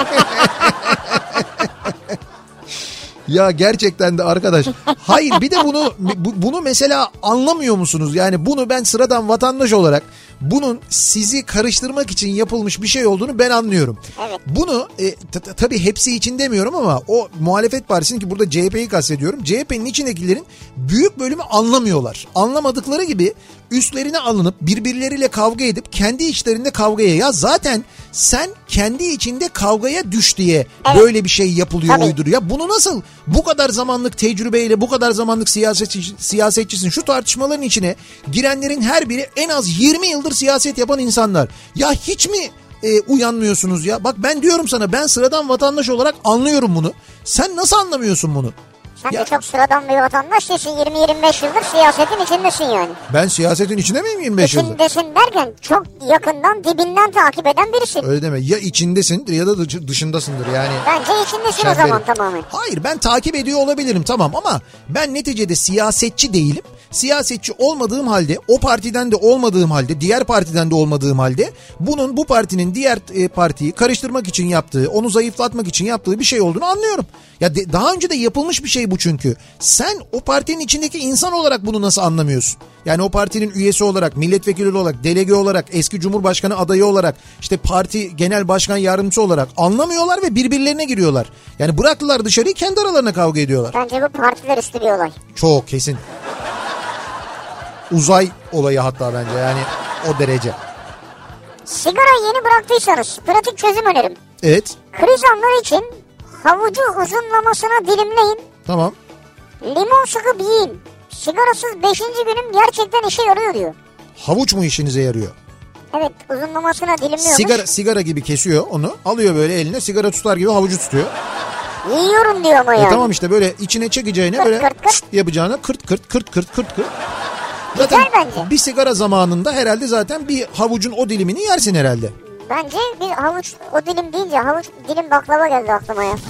Ya gerçekten de arkadaş. Hayır, bir de bunu mesela anlamıyor musunuz? Yani bunu ben sıradan vatandaş olarak bunun sizi karıştırmak için yapılmış bir şey olduğunu ben anlıyorum. Evet. Bunu tabii hepsi için demiyorum ama o muhalefet partisinin, ki burada CHP'yi kastediyorum. CHP'nin içindekilerin büyük bölümü anlamıyorlar. Anlamadıkları gibi üstlerine alınıp birbirleriyle kavga edip kendi içlerinde kavgaya, ya zaten sen kendi içinde kavgaya düş diye böyle bir şey yapılıyor, uyduruyor. Ya bunu nasıl bu kadar zamanlık tecrübeyle, bu kadar zamanlık siyasetçisin, şu tartışmaların içine girenlerin her biri en az 20 yıldır siyaset yapan insanlar. Ya hiç mi uyanmıyorsunuz ya? Bak ben diyorum sana, ben sıradan vatandaş olarak anlıyorum bunu. Sen nasıl anlamıyorsun bunu? Sen de çok sıradan bir vatandaş değilsin. 20-25 yıldır siyasetin içindesin yani. Ben siyasetin içinde miyim 25 yıldır? İçindesin derken çok yakından, dibinden takip eden birisin. Öyle deme. Ya içindesindir ya da dışındasındır yani. Bence içindesin o zaman tamamen. Hayır, ben takip ediyor olabilirim tamam, ama ben neticede siyasetçi değilim. Siyasetçi olmadığım halde, o partiden de olmadığım halde, diğer partiden de olmadığım halde bunun bu partinin diğer partiyi karıştırmak için yaptığı, onu zayıflatmak için yaptığı bir şey olduğunu anlıyorum. Ya daha önce de yapılmış bir şey bu çünkü. Sen o partinin içindeki insan olarak bunu nasıl anlamıyorsun? Yani o partinin üyesi olarak, milletvekili olarak, delege olarak, eski cumhurbaşkanı adayı olarak, işte parti genel başkan yardımcısı olarak anlamıyorlar ve birbirlerine giriyorlar. Yani bıraktılar dışarıyı, kendi aralarına kavga ediyorlar. Bence bu partiler üstü bir olay. Çok kesin. Uzay olayı hatta bence, yani o derece. Sigara yeni bıraktıysanız pratik çözüm önerim. Evet. Kriz anları için havucu uzunlamasına dilimleyin. Tamam. Limon sıkıp yiyin. Sigarasız 5. günüm gerçekten işe yarıyor diyor. Havuç mu işinize yarıyor? Evet, uzunlamasına dilimliyormuş. Sigara gibi kesiyor onu. Alıyor böyle eline, sigara tutar gibi havucu tutuyor. Yiyorum diyor ama yani. Tamam işte böyle içine çekeceğine kırt, böyle kırt. Yapacağına kırt. Güzel bence. Bir sigara zamanında herhalde zaten bir havucun o dilimini yersin herhalde. Bence bir havuç, o dilim deyince havuç dilim baklava geldi aklıma ya.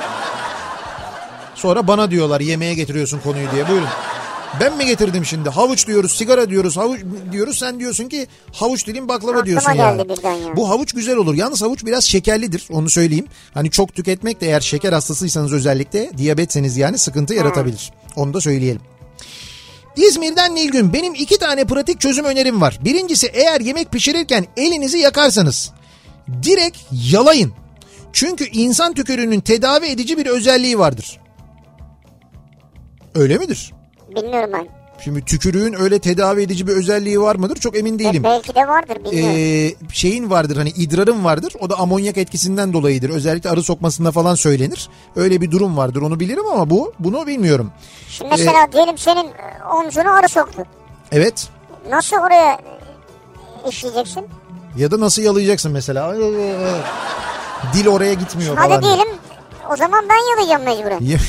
Sonra bana diyorlar yemeğe getiriyorsun konuyu diye. Buyurun. Ben mi getirdim şimdi? Havuç diyoruz, sigara diyoruz, havuç diyoruz. Sen diyorsun ki havuç dilim baklava aklıma diyorsun geldi yani. birden ya. Bu havuç güzel olur. Yalnız havuç biraz şekerlidir. Onu söyleyeyim. Hani çok tüketmek de, eğer şeker hastasıysanız özellikle, diyabetseniz yani, sıkıntı yaratabilir. Onu da söyleyelim. İzmir'den Nilgün, benim 2 tane pratik çözüm önerim var. Birincisi, eğer yemek pişirirken elinizi yakarsanız direkt yalayın. Çünkü insan tükürüğünün tedavi edici bir özelliği vardır. Öyle midir? Bilmiyorum ben. Şimdi tükürüğün öyle tedavi edici bir özelliği var mıdır? Çok emin değilim. Belki de vardır, bilmiyorum. Şeyin vardır, hani idrarın vardır. O da amonyak etkisinden dolayıdır. Özellikle arı sokmasında falan söylenir. Öyle bir durum vardır, onu bilirim ama bunu bilmiyorum. Şimdi mesela diyelim senin omzunu arı soktu. Evet. Nasıl oraya işleyeceksin? Ya da nasıl yalayacaksın mesela? Dil oraya gitmiyor hadi falan. Hadi diyelim o zaman ben yalayacağım mecburen.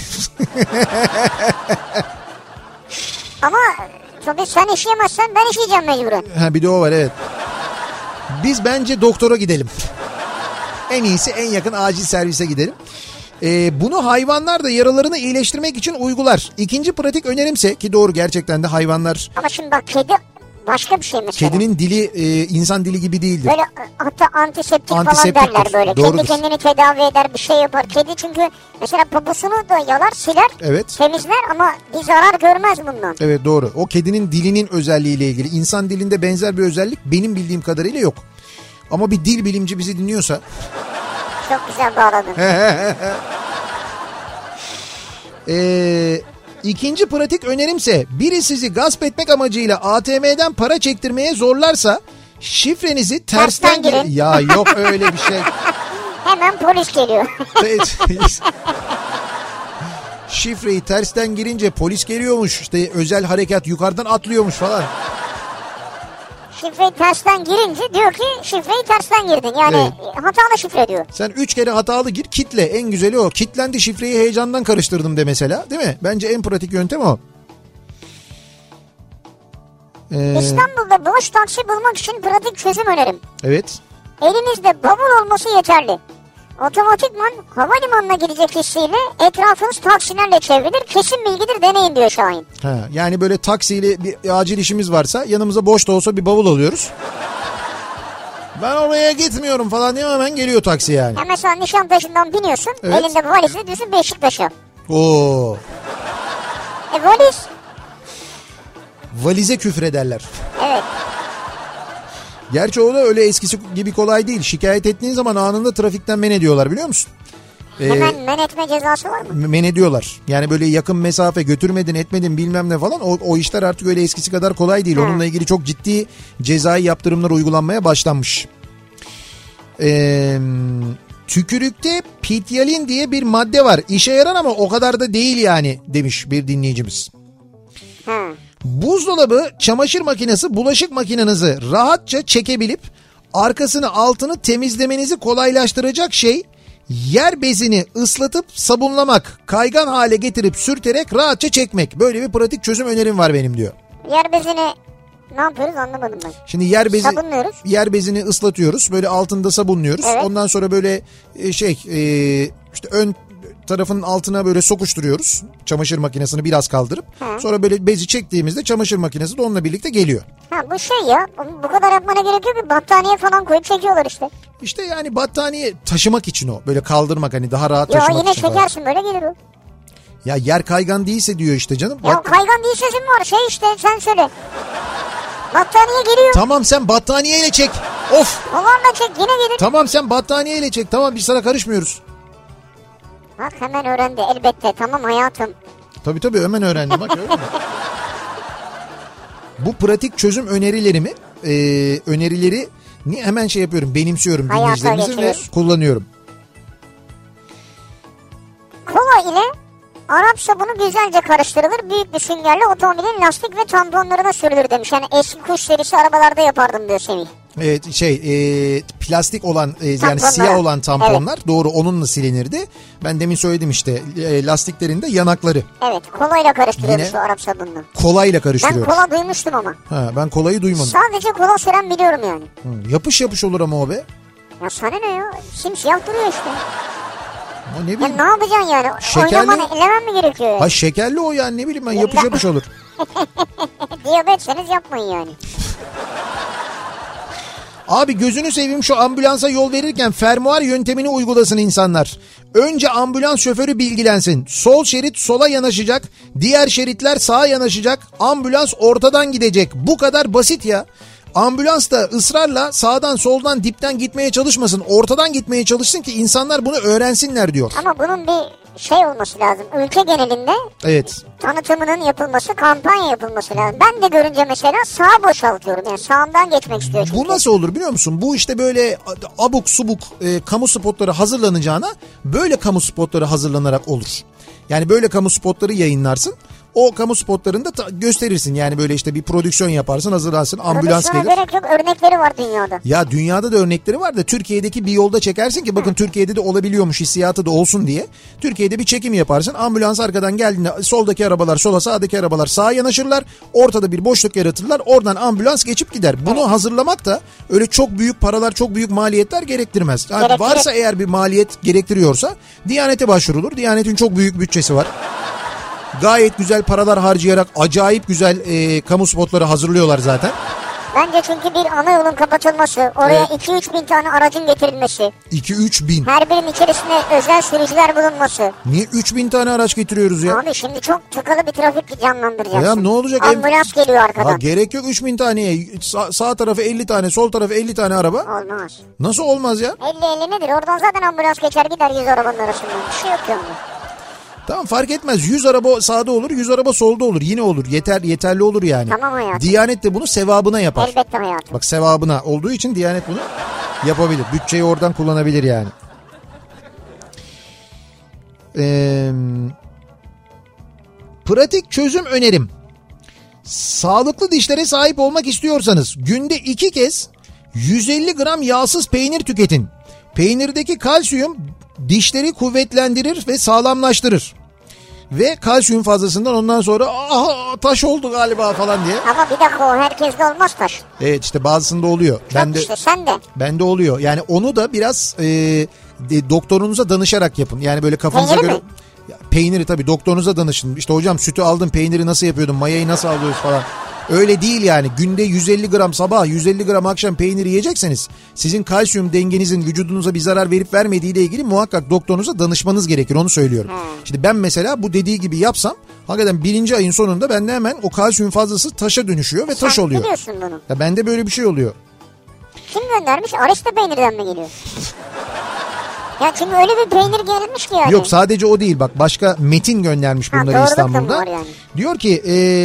Ama tabii sen işleyemezsen ben işleyeceğim mecburen. Ha, bir de o var, evet. Biz bence doktora gidelim. En iyisi en yakın acil servise gidelim. Bunu hayvanlar da yaralarını iyileştirmek için uygular. İkinci pratik önerimse, ki doğru gerçekten de hayvanlar... Ama şimdi bak, kedi başka bir şey mesela. Kedinin dili insan dili gibi değildir. Böyle hatta antiseptik falan derler böyle. Doğrudur. Kendi kendini tedavi eder, bir şey yapar. Kedi çünkü mesela poposunu da yalar, siler, evet, temizler ama bir zarar görmez bundan. Evet, doğru. O kedinin dilinin özelliğiyle ilgili. İnsan dilinde benzer bir özellik benim bildiğim kadarıyla yok. Ama bir dil bilimci bizi dinliyorsa... Çok güzel bağladın. İkinci pratik önerimse, biri sizi gasp etmek amacıyla ATM'den para çektirmeye zorlarsa şifrenizi tersten girin. Ya yok öyle bir şey. Hemen polis geliyor. Evet. Şifreyi tersten girince polis geliyormuş. İşte özel harekat yukarıdan atlıyormuş falan. Şifreyi tersten girince diyor ki şifreyi tersten girdin. Yani evet, hatalı şifre diyor. Sen 3 kere hatalı gir, kitle, en güzeli o. Kitlendi, şifreyi heyecandan karıştırdım de mesela, değil mi? Bence en pratik yöntem o. İstanbul'da boş taksi bulmak için pratik çözüm önerim. Evet. Elinizde bavul olması yeterli. Otomatikman havalimanına gidecek hissiyle etrafınız taksilerle çevrilir. Kesin bilgidir, deneyin diyor Şahin. Yani böyle taksiyle bir acil işimiz varsa yanımıza boş da olsa bir bavul alıyoruz. Ben oraya gitmiyorum falan diye hemen geliyor taksi yani. Ya mesela Nişantaşı'ndan biniyorsun. Evet. Elinde bu valizle diyorsun Beşiktaş'a. Oo. Valiz. Valize küfrederler. Evet. Gerçi o da öyle eskisi gibi kolay değil. Şikayet ettiğin zaman anında trafikten men ediyorlar, biliyor musun? Hemen men etme cezası var mı? Men ediyorlar. Yani böyle yakın mesafe götürmedin etmedin bilmem ne falan, o işler artık öyle eskisi kadar kolay değil. Onunla ilgili çok ciddi cezai yaptırımlar uygulanmaya başlanmış. Tükürükte pityalin diye bir madde var. İşe yarar ama o kadar da değil yani demiş bir dinleyicimiz. Buzdolabı, çamaşır makinesi, bulaşık makinenizi rahatça çekebilip arkasını altını temizlemenizi kolaylaştıracak şey, yer bezini ıslatıp sabunlamak, kaygan hale getirip sürterek rahatça çekmek. Böyle bir pratik çözüm önerim var benim diyor. Yer bezini ne yapıyoruz anlamadım ben. Şimdi yer bezini ıslatıyoruz. Böyle altında sabunluyoruz. Evet. Ondan sonra böyle işte ön tarafının altına böyle sokuşturuyoruz. Çamaşır makinesini biraz kaldırıp. Sonra böyle bezi çektiğimizde çamaşır makinesi de onunla birlikte geliyor. Bu şey ya, bu kadar yapmana gerek yok ki, battaniye falan koyup çekiyorlar işte. İşte yani battaniye taşımak için o. Böyle kaldırmak, hani daha rahat taşımak için. Yine çekersin falan. Böyle gelir o. Ya yer kaygan değilse diyor işte canım. Ya kaygan değilse var şey işte, sen söyle. Battaniye geliyor. Tamam sen battaniyeyle çek. Of. Onlarla çek yine gelir. Tamam sen battaniyeyle çek. Tamam biz sana karışmıyoruz. Bak hemen öğrendi elbette. Tamam hayatım. Tabii hemen öğrendim. Bak öyle mi? Bu pratik çözüm önerileri hemen şey yapıyorum. Benimsiyorum dinleyicilerimizin ve kullanıyorum. Kola ile Arap sabunu güzelce karıştırılır. Büyük bir süngerle otomobilin lastik ve tamponlarına sürülür demiş. Yani eski kuş serisi arabalarda yapardım diyor Semih. Evet plastik olan yani siyah olan tamponlar, evet. Doğru, onunla silinirdi. Ben demin söyledim işte lastiklerin de yanakları. Evet, kolayla karıştırıyoruz şu Arap sabununu. Kolayla karıştırıyoruz. Ben kola duymuştum ama. Ben kolayı duymadım. Sadece kola süren biliyorum yani. Yapış olur ama o be. Ya sana ne ya, simsiyah duruyor işte. Ne bileyim. Ya ne yapacaksın yani? Oynamanı elemem mi gerekiyor yani? Şekerli o yani, ne bileyim ben, yapış olur. Diyabetseniz yapmayın yani. Abi gözünü seveyim, şu ambulansa yol verirken fermuar yöntemini uygulasın insanlar. Önce ambulans şoförü bilgilensin. Sol şerit sola yanaşacak, diğer şeritler sağa yanaşacak. Ambulans ortadan gidecek. Bu kadar basit ya. Ambulans da ısrarla sağdan soldan dipten gitmeye çalışmasın. Ortadan gitmeye çalışsın ki insanlar bunu öğrensinler diyor. Ama bunun bir şey olması lazım. Ülke genelinde tanıtımının yapılması, kampanya yapılması lazım. Ben de görünce mesela sağa boşaltıyorum. Yani sağımdan geçmek istiyor çünkü. Bu nasıl olur biliyor musun? Bu işte böyle abuk subuk kamu spotları hazırlanacağına böyle kamu spotları hazırlanarak olur. Yani böyle kamu spotları yayınlarsın. O kamu spotlarında gösterirsin. Yani böyle işte bir prodüksiyon yaparsın, hazırlarsın, ambulans gelir. Gerek yok, örnekleri var dünyada. Ya dünyada da örnekleri var da Türkiye'deki bir yolda çekersin ki bakın Türkiye'de de olabiliyormuş hissiyatı da olsun diye. Türkiye'de bir çekim yaparsın. Ambulans arkadan geldiğinde soldaki arabalar sola, sağdaki arabalar sağa yanaşırlar. Ortada bir boşluk yaratırlar. Oradan ambulans geçip gider. Bunu hazırlamak da öyle çok büyük paralar, çok büyük maliyetler gerektirmez. Yani varsa eğer bir maliyet gerektiriyorsa Diyanet'e başvurulur. Diyanet'in çok büyük bütçesi var. Gayet güzel paralar harcayarak acayip güzel kamu spotları hazırlıyorlar zaten. Bence çünkü bir ana yolun kapatılması, oraya 2-3 bin tane aracın getirilmesi. 2-3 bin. Her birinin içerisinde özel sürücüler bulunması. Niye 3 bin tane araç getiriyoruz ya? Abi şimdi çok tıkalı bir trafik canlandıracaksın. Ya ne olacak? Ambulans geliyor arkadan. Gerek yok 3 bin taneye. Sağ tarafı 50 tane, sol tarafı 50 tane araba. Olmaz. Nasıl olmaz ya? 50 nedir? Oradan zaten ambulans geçer gider 100 arabanın arasından. Bir şey yok yani. Tamam, fark etmez. 100 araba sağda olur, 100 araba solda olur. Yine olur. Yeterli olur yani. Tamam hayatım. Diyanet de bunu sevabına yapar. Elbette hayatım. Bak, sevabına olduğu için Diyanet bunu yapabilir. Bütçeyi oradan kullanabilir yani. Pratik çözüm önerim. Sağlıklı dişlere sahip olmak istiyorsanız günde 2 kez 150 gram yağsız peynir tüketin. Peynirdeki kalsiyum dişleri kuvvetlendirir ve sağlamlaştırır. Ve kalsiyum fazlasından ondan sonra taş oldu galiba falan diye. Ama bir dakika, o herkeste olmaz taş. Evet işte bazısında oluyor. Sen de. Bende oluyor. Yani onu da biraz doktorunuza danışarak yapın. Yani böyle kafanıza Peyniri göre... mi? Peyniri tabii doktorunuza danışın. İşte hocam sütü aldım, peyniri nasıl yapıyordum, mayayı nasıl alıyoruz falan. Öyle değil yani. Günde 150 gram sabah, 150 gram akşam peynir yiyecekseniz sizin kalsiyum dengenizin vücudunuza bir zarar verip vermediği ile ilgili muhakkak doktorunuza danışmanız gerekir, onu söylüyorum. Şimdi ben mesela bu dediği gibi yapsam hakikaten 1. ayın sonunda bende hemen o kalsiyum fazlası taşa dönüşüyor ve taş oluyor. Sen biliyorsun bunu. Ya bende böyle bir şey oluyor. Kim göndermiş? Arista peynirden mi geliyor? Ya çünkü öyle bir peynir gelmiş ki yani. Yok sadece o değil bak, başka Metin göndermiş bunları İstanbul'da. Yani. Diyor ki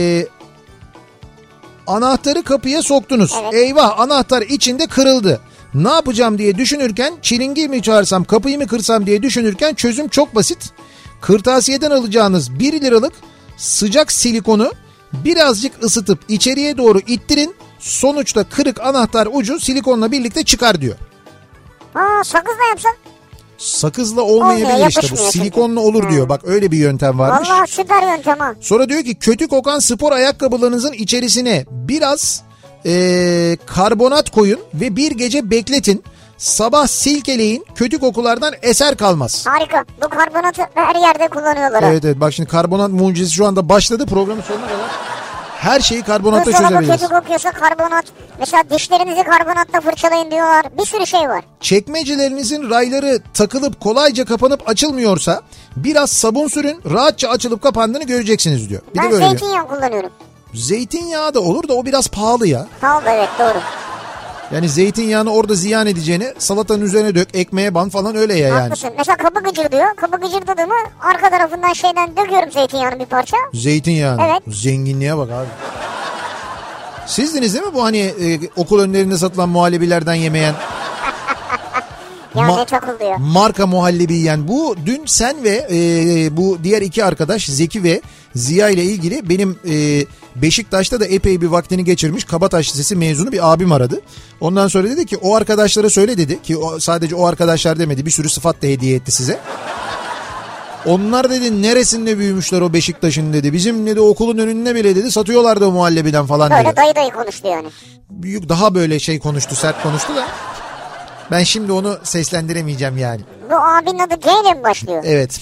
anahtarı kapıya soktunuz. Evet. Eyvah, anahtar içinde kırıldı. Ne yapacağım diye düşünürken, çilingir mi çağırsam, kapıyı mı kırsam diye düşünürken çözüm çok basit. Kırtasiyeden alacağınız 1 liralık sıcak silikonu birazcık ısıtıp içeriye doğru ittirin. Sonuçta kırık anahtar ucu silikonla birlikte çıkar diyor. Sakızla yapsak? Sakızla olmayabilir işte, bu silikonla olur diyor. Bak öyle bir yöntem varmış. Vallahi süper yöntem ha. Sonra diyor ki kötü kokan spor ayakkabılarınızın içerisine biraz karbonat koyun ve bir gece bekletin. Sabah silkeleyin, kötü kokulardan eser kalmaz. Harika. Bu karbonatı her yerde kullanıyorlar. Evet bak şimdi karbonat mucizesi şu anda başladı, programın sonuna kadar. Her şeyi karbonatla çözebiliriz. Kötü kokuyorsa karbonat. Mesela dişlerinizi karbonatla fırçalayın diyorlar. Bir sürü şey var. Çekmecelerinizin rayları takılıp kolayca kapanıp açılmıyorsa biraz sabun sürün, rahatça açılıp kapandığını göreceksiniz diyor. Ben zeytinyağı kullanıyorum. Zeytinyağı da olur da o biraz pahalı ya. Pahalı, evet, doğru. Yani zeytinyağını orada ziyan edeceğine salatanın üzerine dök, ekmeğe ban falan, öyle ya yani. Haklısın. Mesela kabı gıcır diyor. Kabı gıcırdadı mı arka tarafından döküyorum zeytinyağını bir parça. Zeytinyağını. Evet. Zenginliğe bak abi. Sizdiniz değil mi bu hani okul önlerinde satılan muhallebilerden yemeyen? Ya ne çakıldı ya. Marka muhallebi yiyen. Bu dün sen ve bu diğer 2 arkadaş Zeki ve Ziya ile ilgili benim Beşiktaş'ta da epey bir vaktini geçirmiş Kabataş Lisesi mezunu bir abim aradı. Ondan sonra dedi ki o arkadaşlara söyle dedi ki sadece o arkadaşlar demedi, bir sürü sıfat da hediye etti size. Onlar dedi neresinde büyümüşler o Beşiktaş'ın dedi. Bizim dedi okulun önünde bile dedi satıyorlardı o muhallebiden falan dedi. Böyle dayı konuştu yani. Büyük daha böyle konuştu, sert konuştu da. Ben şimdi onu seslendiremeyeceğim yani. Bu abinin adı G ile mi başlıyor? Evet.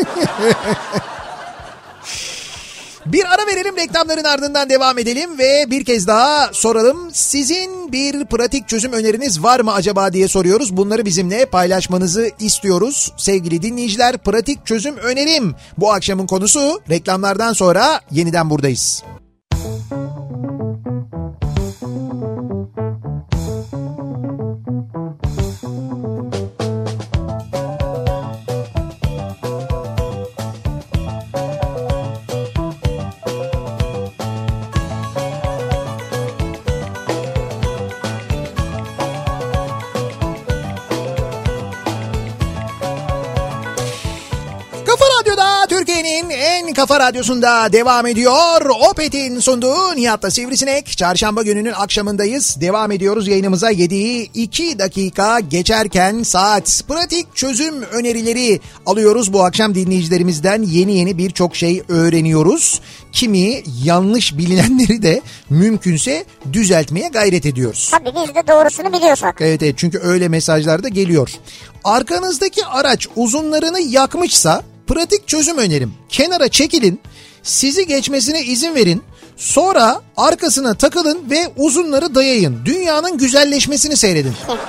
Bir ara verelim, reklamların ardından devam edelim ve bir kez daha soralım. Sizin bir pratik çözüm öneriniz var mı acaba diye soruyoruz. Bunları bizimle paylaşmanızı istiyoruz. Sevgili dinleyiciler, pratik çözüm önerim bu akşamın konusu. Reklamlardan sonra yeniden buradayız. Kafa Radyosu'nda devam ediyor. Opet'in sunduğu Nihat'la Sivrisinek. Çarşamba gününün akşamındayız. Devam ediyoruz yayınımıza. 7'yi 2 dakika geçerken saat. Pratik çözüm önerileri alıyoruz. Bu akşam dinleyicilerimizden yeni birçok şey öğreniyoruz. Kimi yanlış bilinenleri de mümkünse düzeltmeye gayret ediyoruz. Tabii biz de doğrusunu biliyorsak. Evet çünkü öyle mesajlar da geliyor. Arkanızdaki araç uzunlarını yakmışsa pratik çözüm önerim. Kenara çekilin, sizi geçmesine izin verin. Sonra arkasına takılın ve uzunları dayayın. Dünyanın güzelleşmesini seyredin.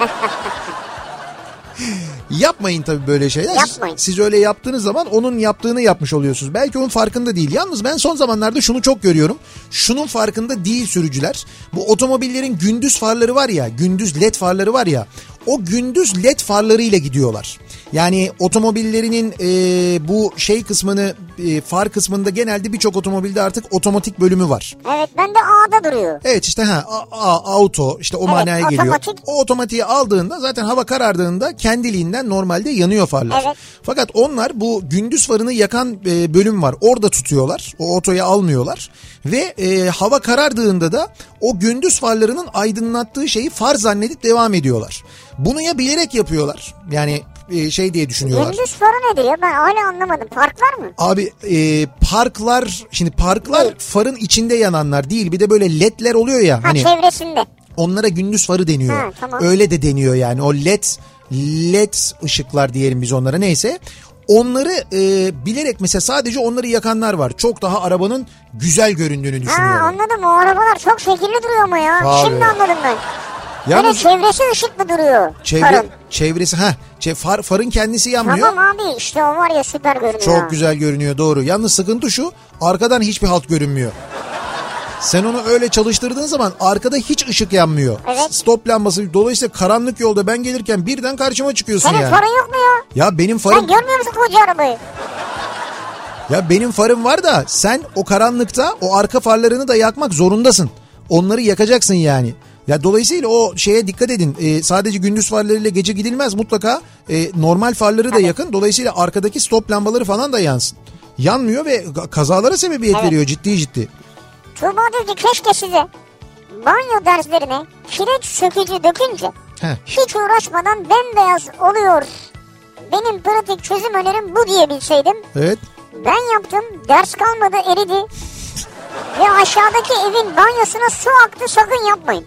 Yapmayın tabii böyle şeyler. Yapmayın. Siz öyle yaptığınız zaman onun yaptığını yapmış oluyorsunuz. Belki onun farkında değil. Yalnız ben son zamanlarda şunu çok görüyorum. Şunun farkında değil sürücüler. Bu otomobillerin gündüz farları var ya, gündüz led farları var ya. O gündüz led farlarıyla gidiyorlar. Yani otomobillerinin bu kısmını, far kısmında genelde birçok otomobilde artık otomatik bölümü var. Evet, ben de A'da duruyor. Evet işte auto işte o manaya geliyor. O otomatiği aldığında zaten hava karardığında kendiliğinden normalde yanıyor farlar. Evet. Fakat onlar bu gündüz farını yakan bölüm var. Orada tutuyorlar. O otoya almıyorlar. Ve hava karardığında da o gündüz farlarının aydınlattığı şeyi far zannedip devam ediyorlar. Bunu ya bilerek yapıyorlar. Yani diye düşünüyorlar. Gündüz farı nedir ya? Ben hala anlamadım. Parklar mı? Abi parklar farın içinde yananlar değil. Bir de böyle ledler oluyor ya. Çevresinde. Onlara gündüz farı deniyor. Tamam. Öyle de deniyor yani. O led led ışıklar diyelim biz onlara, neyse. Onları bilerek mesela sadece onları yakanlar var. Çok daha arabanın güzel göründüğünü düşünüyorlar. Ha, anladım, o arabalar çok şekilli duruyor ama ya. Abi. Şimdi anladım ben. Yalnız, çevresi ışıklı duruyor. Çevresi farın kendisi yanmıyor. Tamam abi, işte o var ya, süper görünüyor. Çok güzel görünüyor, doğru. Yalnız sıkıntı şu, arkadan hiçbir halt görünmüyor. Sen onu öyle çalıştırdığın zaman arkada hiç ışık yanmıyor. Evet. Stop lambası, dolayısıyla karanlık yolda ben gelirken birden karşıma çıkıyorsun. Senin farın yok mu ya? Ya benim farım... Sen görmüyor musun koca arabayı? Ya benim farım var da sen o karanlıkta o arka farlarını da yakmak zorundasın. Onları yakacaksın yani. Ya dolayısıyla o şeye dikkat edin. Sadece gündüz farlarıyla gece gidilmez. Mutlaka normal farları da yakın. Dolayısıyla arkadaki stop lambaları falan da yansın. Yanmıyor ve kazalara sebebiyet veriyor ciddi. Tuğba diyor ki keşke size banyo derslerine kireç sökücü dökünce hiç uğraşmadan bembeyaz oluyor. Benim pratik çözüm önerim bu diyebilseydim. Evet. Ben yaptım, ders kalmadı, eridi. Ve aşağıdaki evin banyosuna su aktı, sakın yapmayın.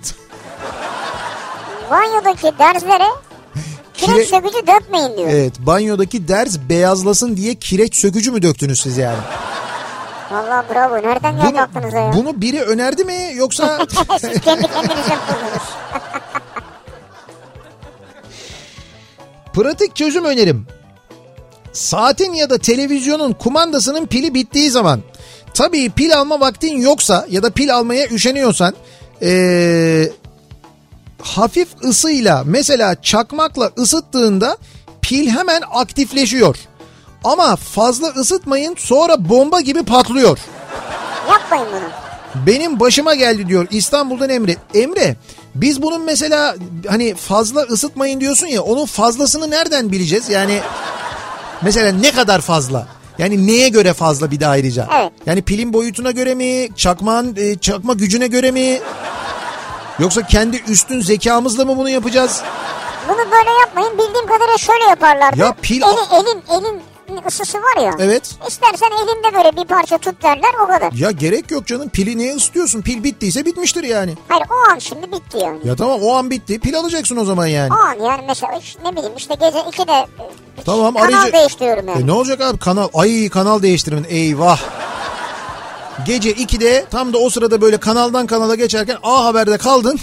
Banyodaki derslere kireç sökücü dökmeyin diyor. Evet, banyodaki ders beyazlasın diye kireç sökücü mü döktünüz siz yani? Vallahi bravo, nereden geldi aklınıza ya? Bunu biri önerdi mi yoksa? Siz kendi kendinize buldunuz. Pratik çözüm önerim. Saatin ya da televizyonun kumandasının pili bittiği zaman, tabii pil alma vaktin yoksa ya da pil almaya üşeniyorsan, hafif ısıyla mesela çakmakla ısıttığında pil hemen aktifleşiyor. Ama fazla ısıtmayın, sonra bomba gibi patlıyor. Yapmayın bunu. Benim başıma geldi diyor İstanbul'dan Emre. Emre, biz bunun mesela hani fazla ısıtmayın diyorsun ya, onun fazlasını nereden bileceğiz? Yani mesela ne kadar fazla? Yani neye göre fazla bir de ayrıca? Evet. Yani pilin boyutuna göre mi? Çakma gücüne göre mi? Yoksa kendi üstün zekamızla mı bunu yapacağız? Bunu böyle yapmayın. Bildiğim kadarıyla şöyle yaparlardı. Ya pil... Elin ısısı var ya. Evet. İstersen elinde böyle bir parça tut derler, o kadar. Ya gerek yok canım. Pili neye ısıtıyorsun? Pil bittiyse bitmiştir yani. Hayır, o an şimdi bitti yani. Ya tamam, o an bitti. Pil alacaksın o zaman yani. O an yani mesela ne bileyim işte gece 2'de tamam, kanal değiştiriyorum yani. Ne olacak abi, kanal değiştirin, eyvah. Gece 2'de tam da o sırada böyle kanaldan kanala geçerken A Haber'de kaldın.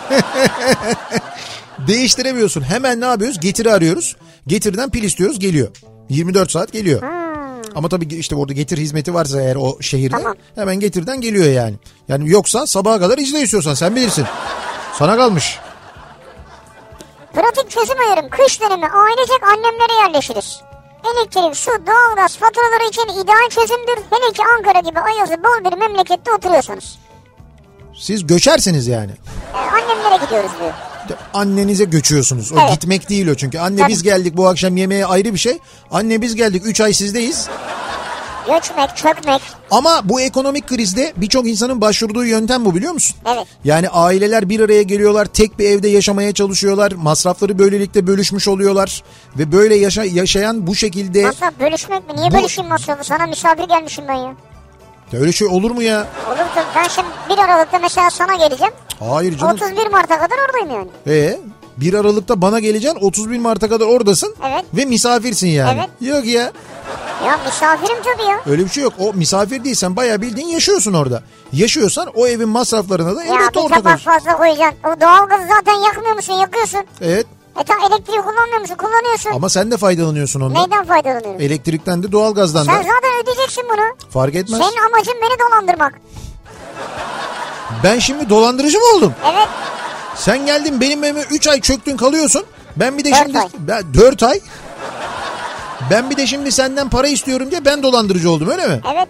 Değiştiremiyorsun. Hemen ne yapıyoruz? Getir'i arıyoruz. Getir'den pil istiyoruz, geliyor. 24 saat geliyor. Ama tabii işte orada Getir hizmeti varsa eğer o şehirde, tamam, hemen Getir'den geliyor yani. Yani yoksa sabaha kadar izle istiyorsan, sen bilirsin. Sana kalmış. Pratik çözüm ayarım. Kış dönemi ailecek annemlere yerleşiriz. Elektrik, su, doğalgaz faturaları için ideal çözümdür. Hele ki Ankara gibi ayazı bol bir memlekette oturuyorsanız. Siz göçersiniz yani. Annemlere gidiyoruz diyor. Annenize göçüyorsunuz. O evet, gitmek değil o çünkü. Anne tabii, biz geldik bu akşam yemeğe ayrı bir şey. Anne biz geldik 3 ay sizdeyiz. Göçmek, çökmek. Ama bu ekonomik krizde birçok insanın başvurduğu yöntem bu, biliyor musun? Evet. Yani aileler bir araya geliyorlar, tek bir evde yaşamaya çalışıyorlar. Masrafları böylelikle bölüşmüş oluyorlar. Ve böyle yaşayan bu şekilde... Masraf bölüşmek mi? Niye bölüşeyim masrafı? Sana misafir gelmişim ben ya. Ya öyle şey olur mu ya? Olur tabii. Ben şimdi 1 Aralık'ta mesela sana geleceğim. Hayır canım. 31 Mart'a kadar oradayım yani. 1 Aralık'ta bana geleceksin, 31 Mart'a kadar oradasın. Evet. Ve misafirsin yani. Evet. Yok ya. Ya misafirim tabii ya. Öyle bir şey yok. O misafir değilsen bayağı bildiğin yaşıyorsun orada. Yaşıyorsan o evin masraflarına da elbette ortak olsun. Ya bir tabak fazla koyacaksın. O doğalgazı zaten yakmıyor musun? Yakıyorsun. Evet. Elektriği kullanmıyor musun? Kullanıyorsun. Ama sen de faydalanıyorsun ondan. Neyden faydalanıyorum? Elektrikten de doğalgazdan da. Sen zaten ödeyeceksin bunu. Fark etmez. Senin amacın beni dolandırmak. Ben şimdi dolandırıcı mı oldum? Evet. Sen geldin benim evime 3 ay çöktün kalıyorsun. Ben bir de 4 ay. 4 ay. Ben bir de şimdi senden para istiyorum diye ben dolandırıcı oldum, öyle mi? Evet.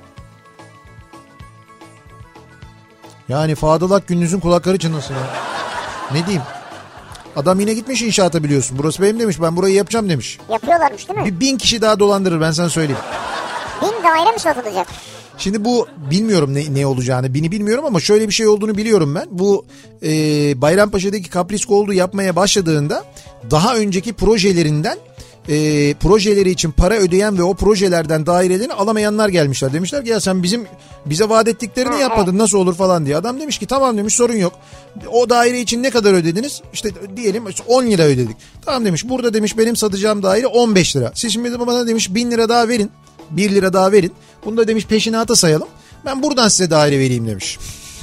Yani Fadılak Gündüz'ün kulakları çınlasın ya. Ne diyeyim? Adam yine gitmiş inşaata, biliyorsun. Burası benim demiş, ben burayı yapacağım demiş. Yapıyorlarmış değil mi? 1000 kişi daha dolandırır, ben sana söyleyeyim. 1000 daire mi satılacak? Şimdi bu bilmiyorum ne olacağını, bilmiyorum ama şöyle bir şey olduğunu biliyorum ben. Bu Bayrampaşa'daki Kapris Gold'u yapmaya başladığında daha önceki projelerinden projeleri için para ödeyen ve o projelerden dairelerini alamayanlar gelmişler. Demişler ki ya sen bize vaat ettiklerini yapmadın, nasıl olur falan diye. Adam demiş ki tamam demiş, sorun yok. O daire için ne kadar ödediniz? İşte diyelim 10 lira ödedik. Tamam demiş, burada demiş benim satacağım daire 15 lira. Siz şimdi bana demiş 1000 lira daha verin. 1 lira daha verin. Bunu da demiş peşinata sayalım. Ben buradan size daire vereyim demiş.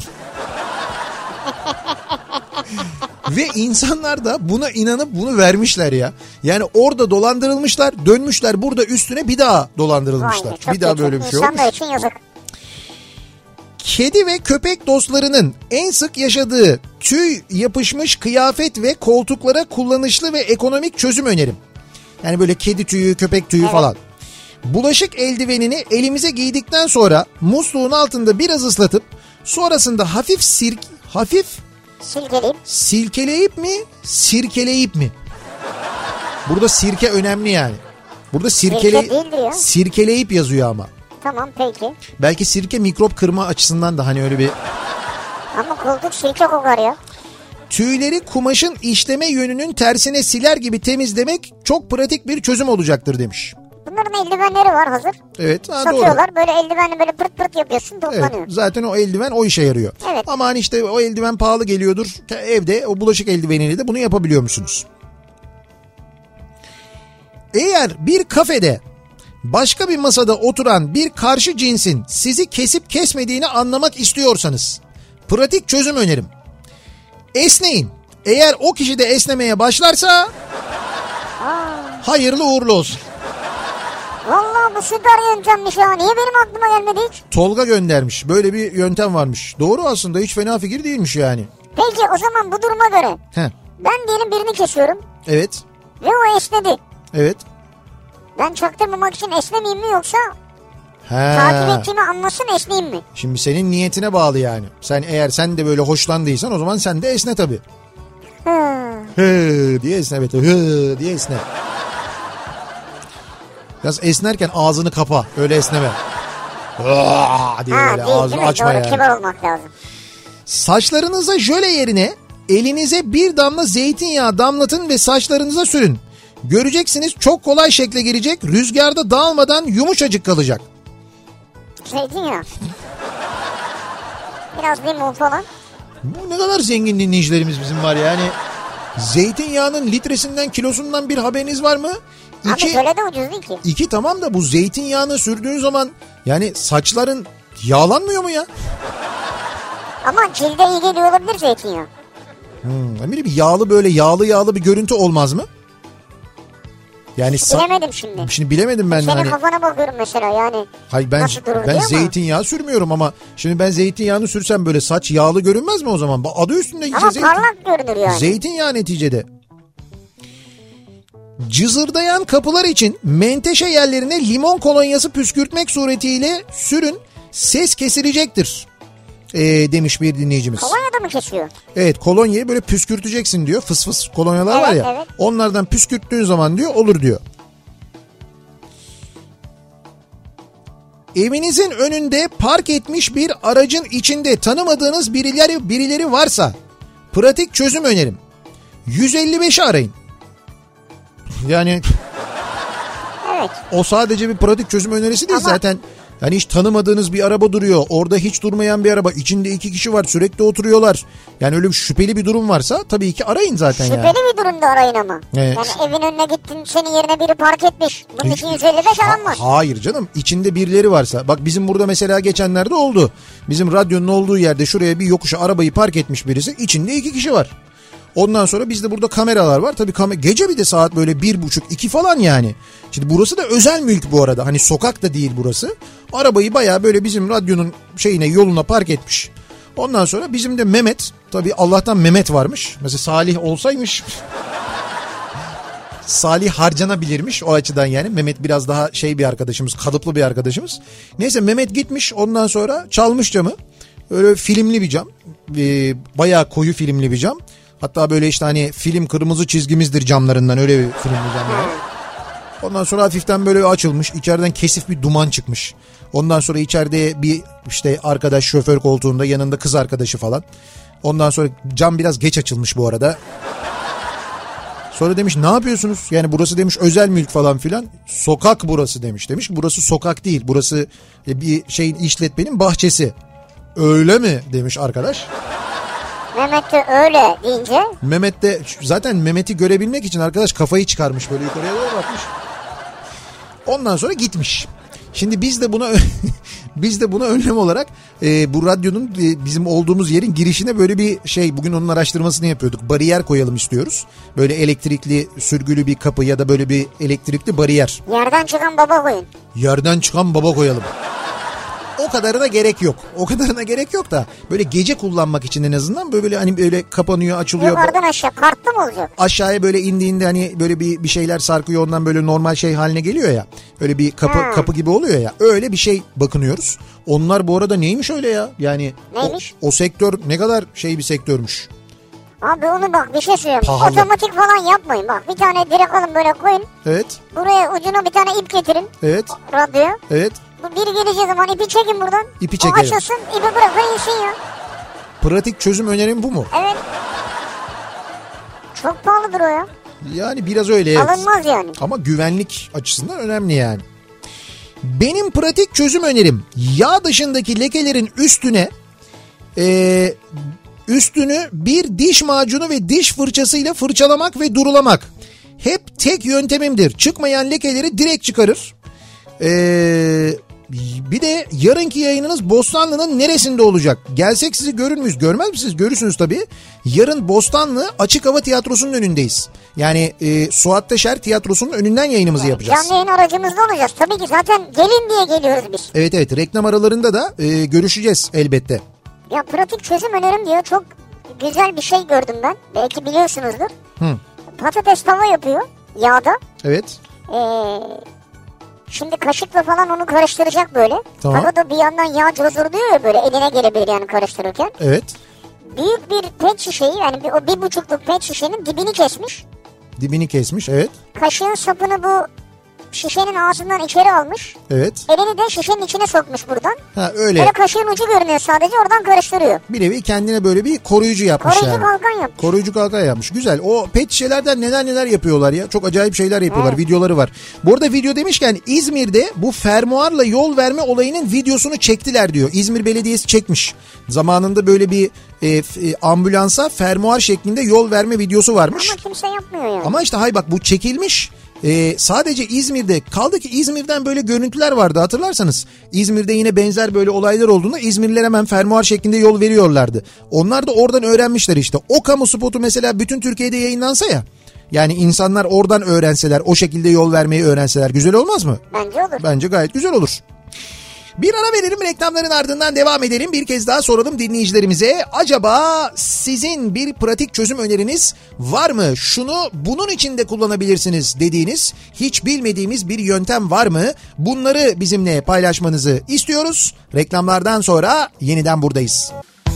Ve insanlar da buna inanıp bunu vermişler ya. Yani orada dolandırılmışlar, dönmüşler burada üstüne bir daha dolandırılmışlar. Bir daha böyle bir şey olmuş. İnsanlar için yazık. Kedi ve köpek dostlarının en sık yaşadığı tüy yapışmış kıyafet ve koltuklara kullanışlı ve ekonomik çözüm önerim. Yani böyle kedi tüyü, köpek tüyü falan. Bulaşık eldivenini elimize giydikten sonra musluğun altında biraz ıslatıp sonrasında hafif sirkeleyip mi? Burada sirke önemli yani. Burada sirkeleyip yazıyor ama. Tamam peki. Belki sirke mikrop kırma açısından da hani öyle bir... Ama koltuk sirke kokar ya. Tüyleri kumaşın işleme yönünün tersine siler gibi temizlemek çok pratik bir çözüm olacaktır demiş. Bunların eldivenleri var hazır. Evet. Satıyorlar doğru. Böyle eldivenle böyle pırt pırt yapıyorsun, toplanıyor. Evet, zaten o eldiven o işe yarıyor. Evet. Ama hani işte o eldiven pahalı geliyordur. Evde o bulaşık eldiveniyle de bunu yapabiliyor musunuz? Eğer bir kafede başka bir masada oturan bir karşı cinsin sizi kesip kesmediğini anlamak istiyorsanız pratik çözüm önerim. Esneyin. Eğer o kişi de esnemeye başlarsa hayırlı uğurlu olsun. Vallahi bu süper yöntemmiş ya. Niye benim aklıma gelmedi hiç? Tolga göndermiş. Böyle bir yöntem varmış. Doğru aslında, hiç fena fikir değilmiş yani. Peki o zaman bu duruma göre. Ben diyelim birini kesiyorum. Evet. Ve o esnedi. Evet. Ben çaktırmamak için esnemeyeyim mi yoksa takip ettiğimi anlasın esneyeyim mi? Şimdi senin niyetine bağlı yani. Eğer sen de böyle hoşlandıysan o zaman sen de esne tabii. Hı diye esne. Evet. Hı diye esne. Biraz esnerken ağzını kapa. Öyle esneme. Diye böyle ağzını açma doğru, yani. kibar olmak lazım. Saçlarınıza jöle yerine elinize bir damla zeytinyağı damlatın ve saçlarınıza sürün. Göreceksiniz çok kolay şekle girecek. Rüzgarda dağılmadan yumuşacık kalacak. Zeytinyağı. Biraz limon falan. Ne kadar zengin dinleyicilerimiz bizim var yani. Zeytinyağının litresinden, kilosundan bir haberiniz var mı? Abi şöyle de ucuz değil ki. 2 tamam da bu zeytinyağını sürdüğün zaman yani saçların yağlanmıyor mu ya? Ama cilde iyi geliyor olabilir zeytinyağı. Bir yağlı, böyle yağlı bir görüntü olmaz mı? Yani bilemedim şimdi. Şimdi bilemedim ben de. Senin kafana bakıyorum mesela yani. Hayır ben zeytinyağı sürmüyorum ama şimdi ben zeytinyağını sürsem böyle saç yağlı görünmez mi o zaman? Adı üstünde ama parlak görünür yani. Zeytinyağı neticede. Cızırdayan kapılar için menteşe yerlerine limon kolonyası püskürtmek suretiyle sürün, ses kesilecektir demiş bir dinleyicimiz. Kolonya da mı kesiyor? Evet, kolonyayı böyle püskürteceksin diyor. Fıs fıs kolonyalar var ya. Evet. Onlardan püskürttüğün zaman diyor olur diyor. Evinizin önünde park etmiş bir aracın içinde tanımadığınız birileri varsa pratik çözüm önerim. 155'i arayın. Yani evet. O sadece bir pratik çözüm önerisi değil zaten. Yani hiç tanımadığınız bir araba duruyor. Orada hiç durmayan bir araba. İçinde 2 kişi var, sürekli oturuyorlar. Yani öyle bir şüpheli bir durum varsa tabii ki arayın zaten. Şüpheli bir durumda arayın ama. Evet. Yani evin önüne gittin, senin yerine biri park etmiş. Bunun için 155 aranmaz. Hayır canım, içinde birileri varsa. Bak bizim burada mesela geçenlerde oldu. Bizim radyonun olduğu yerde şuraya bir yokuşa arabayı park etmiş birisi. İçinde 2 kişi var. Ondan sonra bizde burada kameralar var. Tabii gece bir de saat böyle 1.30-2 falan yani. Şimdi burası da özel mülk bu arada. Hani sokak da değil burası. Arabayı bayağı böyle bizim radyonun yoluna park etmiş. Ondan sonra bizim de Mehmet, tabii Allah'tan Mehmet varmış. Mesela Salih olsaymış Salih harcanabilirmiş o açıdan yani. Mehmet biraz daha bir arkadaşımız, kalıplı bir arkadaşımız. Neyse Mehmet gitmiş, ondan sonra çalmış camı. Öyle filmli bir cam. Bayağı koyu filmli bir cam. Hatta böyle hani film kırmızı çizgimizdir camlarından, öyle bir filmli camlar. Ondan sonra hafiften böyle açılmış. İçeriden kesif bir duman çıkmış. Ondan sonra içeride bir arkadaş şoför koltuğunda, yanında kız arkadaşı falan. Ondan sonra cam biraz geç açılmış bu arada. Sonra demiş ne yapıyorsunuz? Yani burası demiş özel mülk falan filan. Sokak burası demiş. Demiş ki burası sokak değil. Burası bir şeyin işletmenin bahçesi. Öyle mi demiş arkadaş. Mehmet de öyle deyince. Mehmet de zaten Mehmet'i görebilmek için arkadaş kafayı çıkarmış böyle yukarıya doğru bakmış. Ondan sonra gitmiş. Şimdi biz de buna önlem olarak bu radyonun bizim olduğumuz yerin girişine böyle bir şey, bugün onun araştırmasını yapıyorduk. Bariyer koyalım istiyoruz. Böyle elektrikli sürgülü bir kapı ya da böyle bir elektrikli bariyer. Yerden çıkan baba koyun. Yerden çıkan baba koyalım. O kadarına gerek yok. O kadarına gerek yok da böyle gece kullanmak için en azından böyle hani böyle kapanıyor, açılıyor. Yukarıdan aşağı kartlı mı olacak? Aşağıya böyle indiğinde hani böyle bir şeyler sarkıyor, ondan böyle normal şey haline geliyor ya. Öyle bir kapı gibi oluyor ya. Öyle bir şey bakınıyoruz. Onlar bu arada neymiş öyle ya? Yani neymiş? O sektör ne kadar şey bir sektörmüş. Abi onu bak bir şey söyleyeyim. Pahalı. Otomatik falan yapmayın. Bak bir tane direk alın böyle koyun. Evet. Buraya ucuna bir tane ip getirin. Evet. Radyoya. Evet. Biri geleceği zaman ipi çekin buradan. İpi çekelim. O açılsın, ipi bırakın insin ya. Pratik çözüm önerim bu mu? Evet. Çok pahalıdır o ya. Yani biraz öyle, evet. Alınmaz yani. Ama güvenlik açısından önemli yani. Benim pratik çözüm önerim yağ dışındaki lekelerin üstünü bir diş macunu ve diş fırçasıyla fırçalamak ve durulamak. Hep tek yöntemimdir. Çıkmayan lekeleri direkt çıkarır. Bir de yarınki yayınınız Bostanlı'nın neresinde olacak? Gelsek sizi görür müyüz? Görmez misiniz? Görürsünüz tabii. Yarın Bostanlı Açık Hava Tiyatrosu'nun önündeyiz. Yani Suat Teşer Tiyatrosu'nun önünden yayınımızı yapacağız. Canlı yayın aracımızda olacağız. Tabii ki zaten gelin diye geliyoruz biz. Evet evet, reklam aralarında da görüşeceğiz elbette. Ya pratik çözüm önerim diyor. Çok güzel bir şey gördüm ben. Belki biliyorsunuzdur. Patates tava yapıyor yağda. Evet. Şimdi kaşıkla falan onu karıştıracak böyle. Tamam. Tavada bir yandan yağ cozurduyor ya böyle, eline gelebilir yani karıştırırken. Evet. Büyük bir pet şişeyi, yani o 1,5'luk pet şişenin dibini kesmiş. Dibini kesmiş, evet. Kaşığın sapını bu şişenin ağzından içeri almış. Evet. Elini de şişenin içine sokmuş buradan. Ha öyle. Böyle kaşığın ucu görünüyor sadece, oradan karıştırıyor. Bir nevi kendine böyle bir koruyucu yapmış. Koruyucu kalkan yapmış. Koruyucu kalkan yapmış. Güzel. O pet şişelerden neler yapıyorlar ya. Çok acayip şeyler yapıyorlar. Evet. Videoları var. Bu arada video demişken İzmir'de bu fermuarla yol verme olayının videosunu çektiler diyor. İzmir Belediyesi çekmiş. Zamanında böyle bir ambulansa fermuar şeklinde yol verme videosu varmış. Ama kimse yapmıyor yani. Ama işte hay bak, bu çekilmiş. Sadece İzmir'de kaldı ki İzmir'den böyle görüntüler vardı hatırlarsanız. İzmir'de yine benzer böyle olaylar olduğunda İzmirliler hemen fermuar şeklinde yol veriyorlardı. Onlar da oradan öğrenmişler işte. O kamu spotu mesela bütün Türkiye'de yayınlansa ya. Yani insanlar oradan öğrenseler, o şekilde yol vermeyi öğrenseler güzel olmaz mı? Bence olur. Bence gayet güzel olur. Bir ara verelim, reklamların ardından devam edelim. Bir kez daha soralım dinleyicilerimize. Acaba sizin bir pratik çözüm öneriniz var mı? Şunu bunun için de kullanabilirsiniz dediğiniz, hiç bilmediğimiz bir yöntem var mı? Bunları bizimle paylaşmanızı istiyoruz. Reklamlardan sonra yeniden buradayız.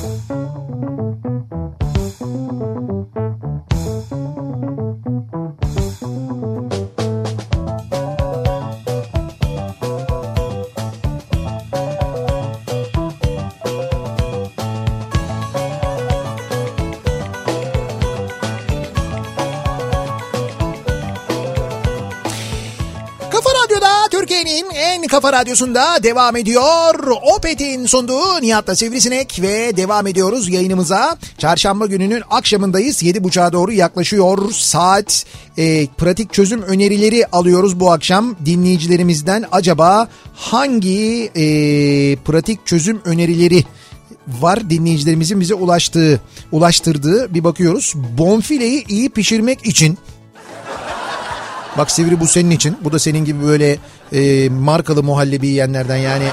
Türkiye'nin en kafa radyosunda devam ediyor. Opet'in sunduğu Nihat'la Sivrisinek ve devam ediyoruz yayınımıza. Çarşamba gününün akşamındayız. 7.30'a doğru yaklaşıyor saat. Pratik çözüm önerileri alıyoruz bu akşam dinleyicilerimizden. Acaba hangi pratik çözüm önerileri var dinleyicilerimizin bize ulaştırdığı bir bakıyoruz. Bonfileyi iyi pişirmek için. Bak Sivri, bu senin için. Bu da senin gibi böyle markalı muhallebi yiyenlerden, yani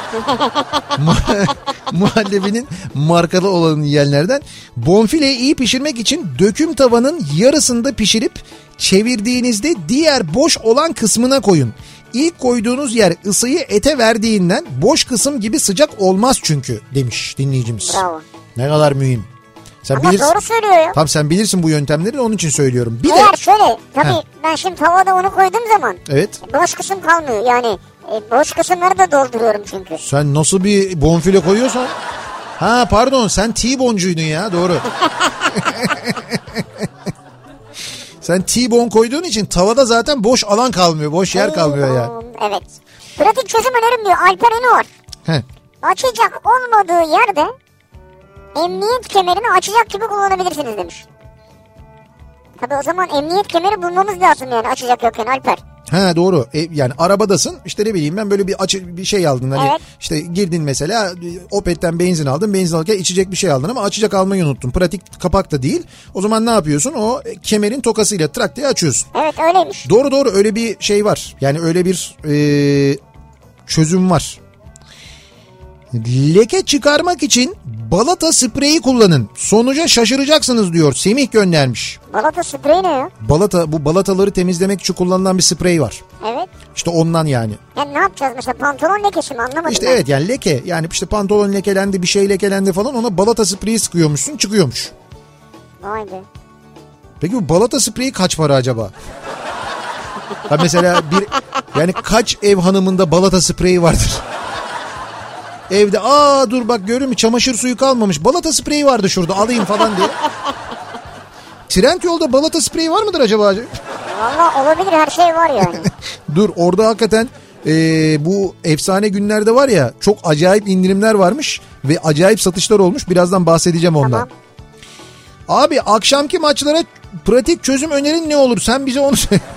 muhallebinin markalı olanı yiyenlerden. Bonfileyi iyi pişirmek için döküm tavanın yarısında pişirip çevirdiğinizde diğer boş olan kısmına koyun. İlk koyduğunuz yer ısıyı ete verdiğinden boş kısım gibi sıcak olmaz çünkü, demiş dinleyicimiz. Bravo. Ne kadar mühim. Sen ama bilirsin. Doğru söylüyor ya. Tamam, sen bilirsin bu yöntemleri, onun için söylüyorum. Bir eğer de şöyle tabii ben şimdi tavada onu koyduğum zaman evet, boş kısım kalmıyor. Yani boş kısımları da dolduruyorum çünkü. Sen nasıl bir bonfile koyuyorsan. Ha pardon, sen T-boncuydun ya, doğru. Sen T-bone koyduğun için tavada zaten boş alan kalmıyor. Boş yer kalmıyor ya. Evet. Pratik çözüm önerim diyor Alper Ünüvar. Açacak olmadığı yerde emniyet kemerini açacak gibi kullanabilirsiniz demiş. Tabii o zaman emniyet kemeri bulmamız lazım yani açacak yokken Alper. Ha doğru. Yani arabadasın işte ne bileyim ben böyle bir şey aldın. Hani evet. İşte girdin mesela Opet'ten benzin aldın. Benzin alırken içecek bir şey aldın ama açacak almayı unuttun. Pratik kapak da değil. O zaman ne yapıyorsun? O kemerin tokasıyla trak diye açıyorsun. Evet öyleymiş. Doğru öyle bir şey var. Yani öyle bir çözüm var. Leke çıkarmak için balata spreyi kullanın. Sonuca şaşıracaksınız diyor. Semih göndermiş. Balata spreyi ne ya? Bu balataları temizlemek için kullanılan bir sprey var. Evet. İşte ondan yani. Yani ne yapacağız mesela pantolon lekesi mi anlamadım İşte ben. evet yani leke yani işte pantolon lekelendi bir şey lekelendi falan ona balata spreyi sıkıyormuşsun çıkıyormuş. Vay be. Peki bu balata spreyi kaç para acaba? Ha mesela yani kaç ev hanımında balata spreyi vardır? Evde dur bak görüyor musun çamaşır suyu kalmamış. Balata spreyi vardı şurada alayım falan diye. Trendyol'da balata spreyi var mıdır acaba? Valla olabilir her şey var yani. Dur orada hakikaten bu efsane günlerde var ya çok acayip indirimler varmış. Ve acayip satışlar olmuş. Birazdan bahsedeceğim ondan. Tamam. Abi akşamki maçlara pratik çözüm önerin ne olur? Sen bize onu söyle.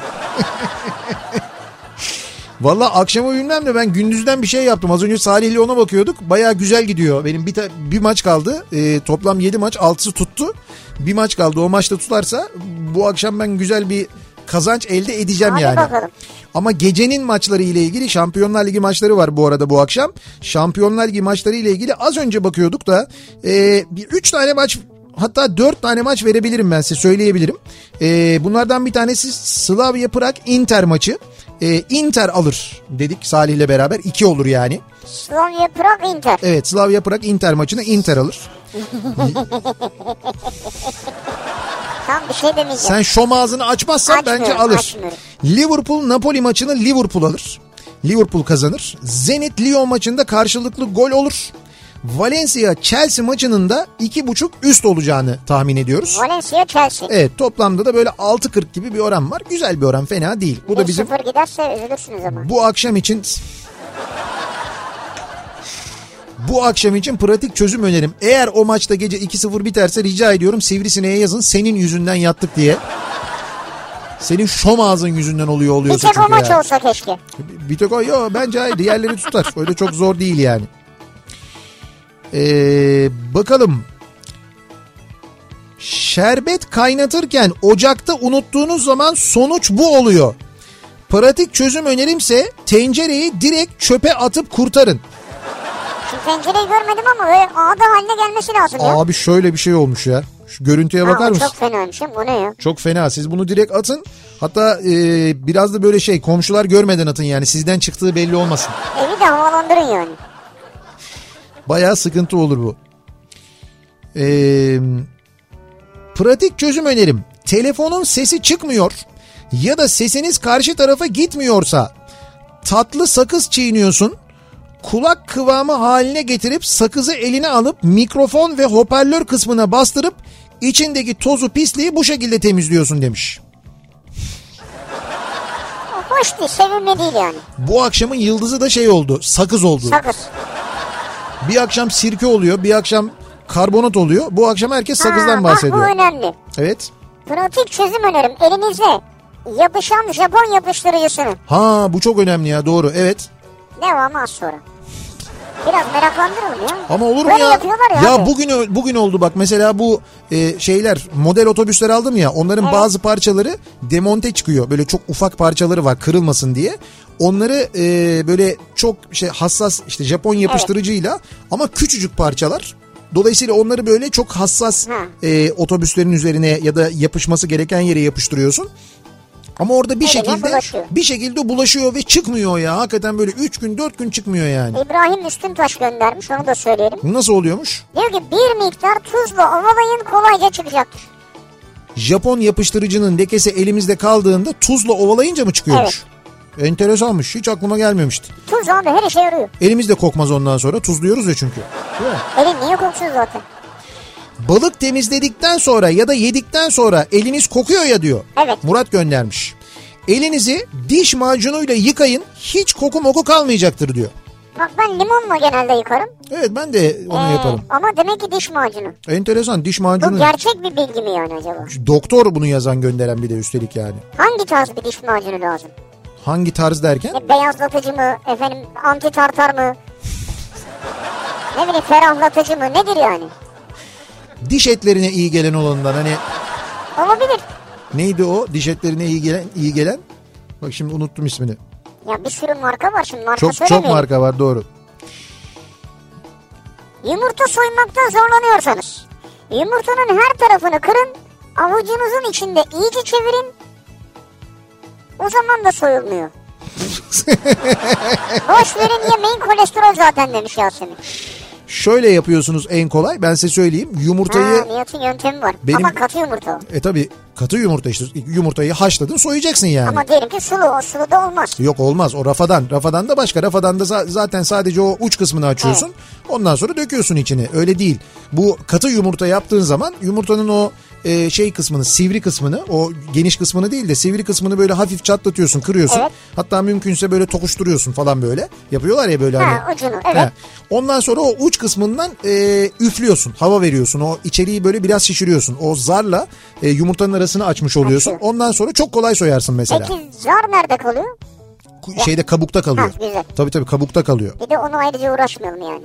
Valla akşama bilmem de ben gündüzden bir şey yaptım. Az önce Salih'le ona bakıyorduk. Baya güzel gidiyor. Benim bir maç kaldı. Toplam 7 maç 6'sı tuttu. Bir maç kaldı. O maçta tutarsa bu akşam ben güzel bir kazanç elde edeceğim. Hadi yani. Bakalım. Ama gecenin maçları ile ilgili Şampiyonlar Ligi maçları var bu arada bu akşam. Şampiyonlar Ligi maçları ile ilgili az önce bakıyorduk da 3 tane maç hatta 4 tane maç verebilirim ben size söyleyebilirim. Bunlardan bir tanesi Slavia Prag Inter maçı. Inter alır dedik Salih ile beraber 2 olur yani. Slavia Prag Inter. Evet Slavia Prag Inter maçını Inter alır. Tam bir şey demeyeceğim. Sen şom ağzını açmazsan bence alır. Açmıyorum. Liverpool Napoli maçını Liverpool alır. Liverpool kazanır. Zenit Lyon maçında karşılıklı gol olur. Valencia Chelsea maçının da 2.5 üst olacağını tahmin ediyoruz. Valencia Chelsea. Evet toplamda da böyle 6.40 gibi bir oran var. Güzel bir oran fena değil. Bu da bizim 0 giderse üzülürsünüz ama. Bu akşam için pratik çözüm önerim. Eğer o maçta gece 2-0 biterse rica ediyorum Sivrisineğe yazın senin yüzünden yattık diye. Senin şom ağzın yüzünden oluyorsa çünkü ya. Bir tek o maç olsa keşke. Bir tek o yok bence hayır diğerleri tutar. Öyle çok zor değil yani. Bakalım. Şerbet kaynatırken ocakta unuttuğunuz zaman sonuç bu oluyor. Pratik çözüm önerimse tencereyi direkt çöpe atıp kurtarın. Şu tencereyi görmedim ama böyle ağda haline gelmesi lazım ya. Abi şöyle bir şey olmuş ya. Şu görüntüye bakar mısın? Çok fenaymış. Bu ne ya? Çok fena. Siz bunu direkt atın. Hatta biraz da böyle komşular görmeden atın yani. Sizden çıktığı belli olmasın. Evi de havalandırın yani. Bayağı sıkıntı olur bu. Pratik çözüm önerim. Telefonun sesi çıkmıyor ya da sesiniz karşı tarafa gitmiyorsa tatlı sakız çiğniyorsun. Kulak kıvamı haline getirip sakızı eline alıp mikrofon ve hoparlör kısmına bastırıp içindeki tozu pisliği bu şekilde temizliyorsun demiş. Hoş değil, sevimli değil yani. Bu akşamın yıldızı da oldu, sakız oldu. Sakız. Bir akşam sirke oluyor, bir akşam karbonat oluyor. Bu akşam herkes sakızdan bahsediyor. Bu önemli. Evet. Pratik çözüm önerim. Elinize yapışan Japon yapıştırıcısını. Bu çok önemli ya, doğru, evet. Devamı az sonra. Biraz meraklandıralım ya. Ama olur mu böyle ya? Ya abi. Bugün oldu bak mesela bu model otobüsler aldım ya, onların bazı parçaları demonte çıkıyor. Böyle çok ufak parçaları var kırılmasın diye. Onları böyle çok hassas Japon yapıştırıcıyla ama küçücük parçalar. Dolayısıyla onları böyle çok hassas otobüslerin üzerine ya da yapışması gereken yere yapıştırıyorsun. Ama orada bir şekilde bulaşıyor ve çıkmıyor ya. Hakikaten böyle 3 gün 4 gün çıkmıyor yani. İbrahim Üstüntaş göndermiş, onu da söyleyelim. Nasıl oluyormuş? Diyor ki bir miktar tuzla ovalayın, kolayca çıkacaktır. Japon yapıştırıcının lekesi elimizde kaldığında tuzla ovalayınca mı çıkıyormuş? Evet. Enteresanmış, hiç aklıma gelmemişti. Tuz abi her işe yarıyor. Elimiz de kokmaz ondan sonra, tuzluyoruz ya çünkü. Elin niye koksun zaten? Balık temizledikten sonra ya da yedikten sonra eliniz kokuyor ya diyor. Evet. Murat göndermiş. Elinizi diş macunuyla yıkayın, hiç koku moku kalmayacaktır diyor. Bak ben limonla genelde yıkarım. Evet, ben de onu yaparım. Ama demek ki diş macunu. Enteresan, diş macunu. Bu gerçek bir bilgi mi yani acaba? Doktor bunu yazan, gönderen bir de üstelik yani. Hangi tarz bir diş macunu lazım? Hangi tarz derken? Beyazlatıcı mı? Efendim anti tartar mı? Ne bileyim ferahlatıcı mı? Nedir yani? Diş etlerine iyi gelen olanından hani. Olabilir. Neydi o diş etlerine iyi gelen? Bak şimdi unuttum ismini. Ya bir sürü marka var şimdi, marka çok marka var, doğru. Yumurta soymakta zorlanıyorsanız yumurtanın her tarafını kırın, avucunuzun içinde iyice çevirin, o zaman da soyulmuyor. Boş verin, yemeyin, kolesterol zaten demiş Yasemin. Şöyle yapıyorsunuz en kolay, ben size söyleyeyim. Yumurtayı... Nihat'ın yöntemi var. Ama katı yumurta. Tabii katı yumurta işte. Yumurtayı haşladın, soyacaksın yani. Ama diyelim ki sulu, o sulu da olmaz. Yok, olmaz, o rafadan. Rafadan da başka. Rafadan da zaten sadece o uç kısmını açıyorsun. Evet. Ondan sonra döküyorsun içine. Öyle değil. Bu katı yumurta yaptığın zaman yumurtanın o kısmını, sivri kısmını, o geniş kısmını değil de sivri kısmını böyle hafif çatlatıyorsun, kırıyorsun. Evet. Hatta mümkünse böyle tokuşturuyorsun falan böyle. Yapıyorlar ya böyle hani. Ucunu, evet. Ondan sonra o uç kısmından üflüyorsun, hava veriyorsun. O içeriği böyle biraz şişiriyorsun. O zarla yumurtanın arasını açmış oluyorsun. Ondan sonra çok kolay soyarsın mesela. Peki zar nerede kalıyor? Kabukta kalıyor. Güzel. Tabii kabukta kalıyor. Bir de onu ayrıca uğraşmayalım yani.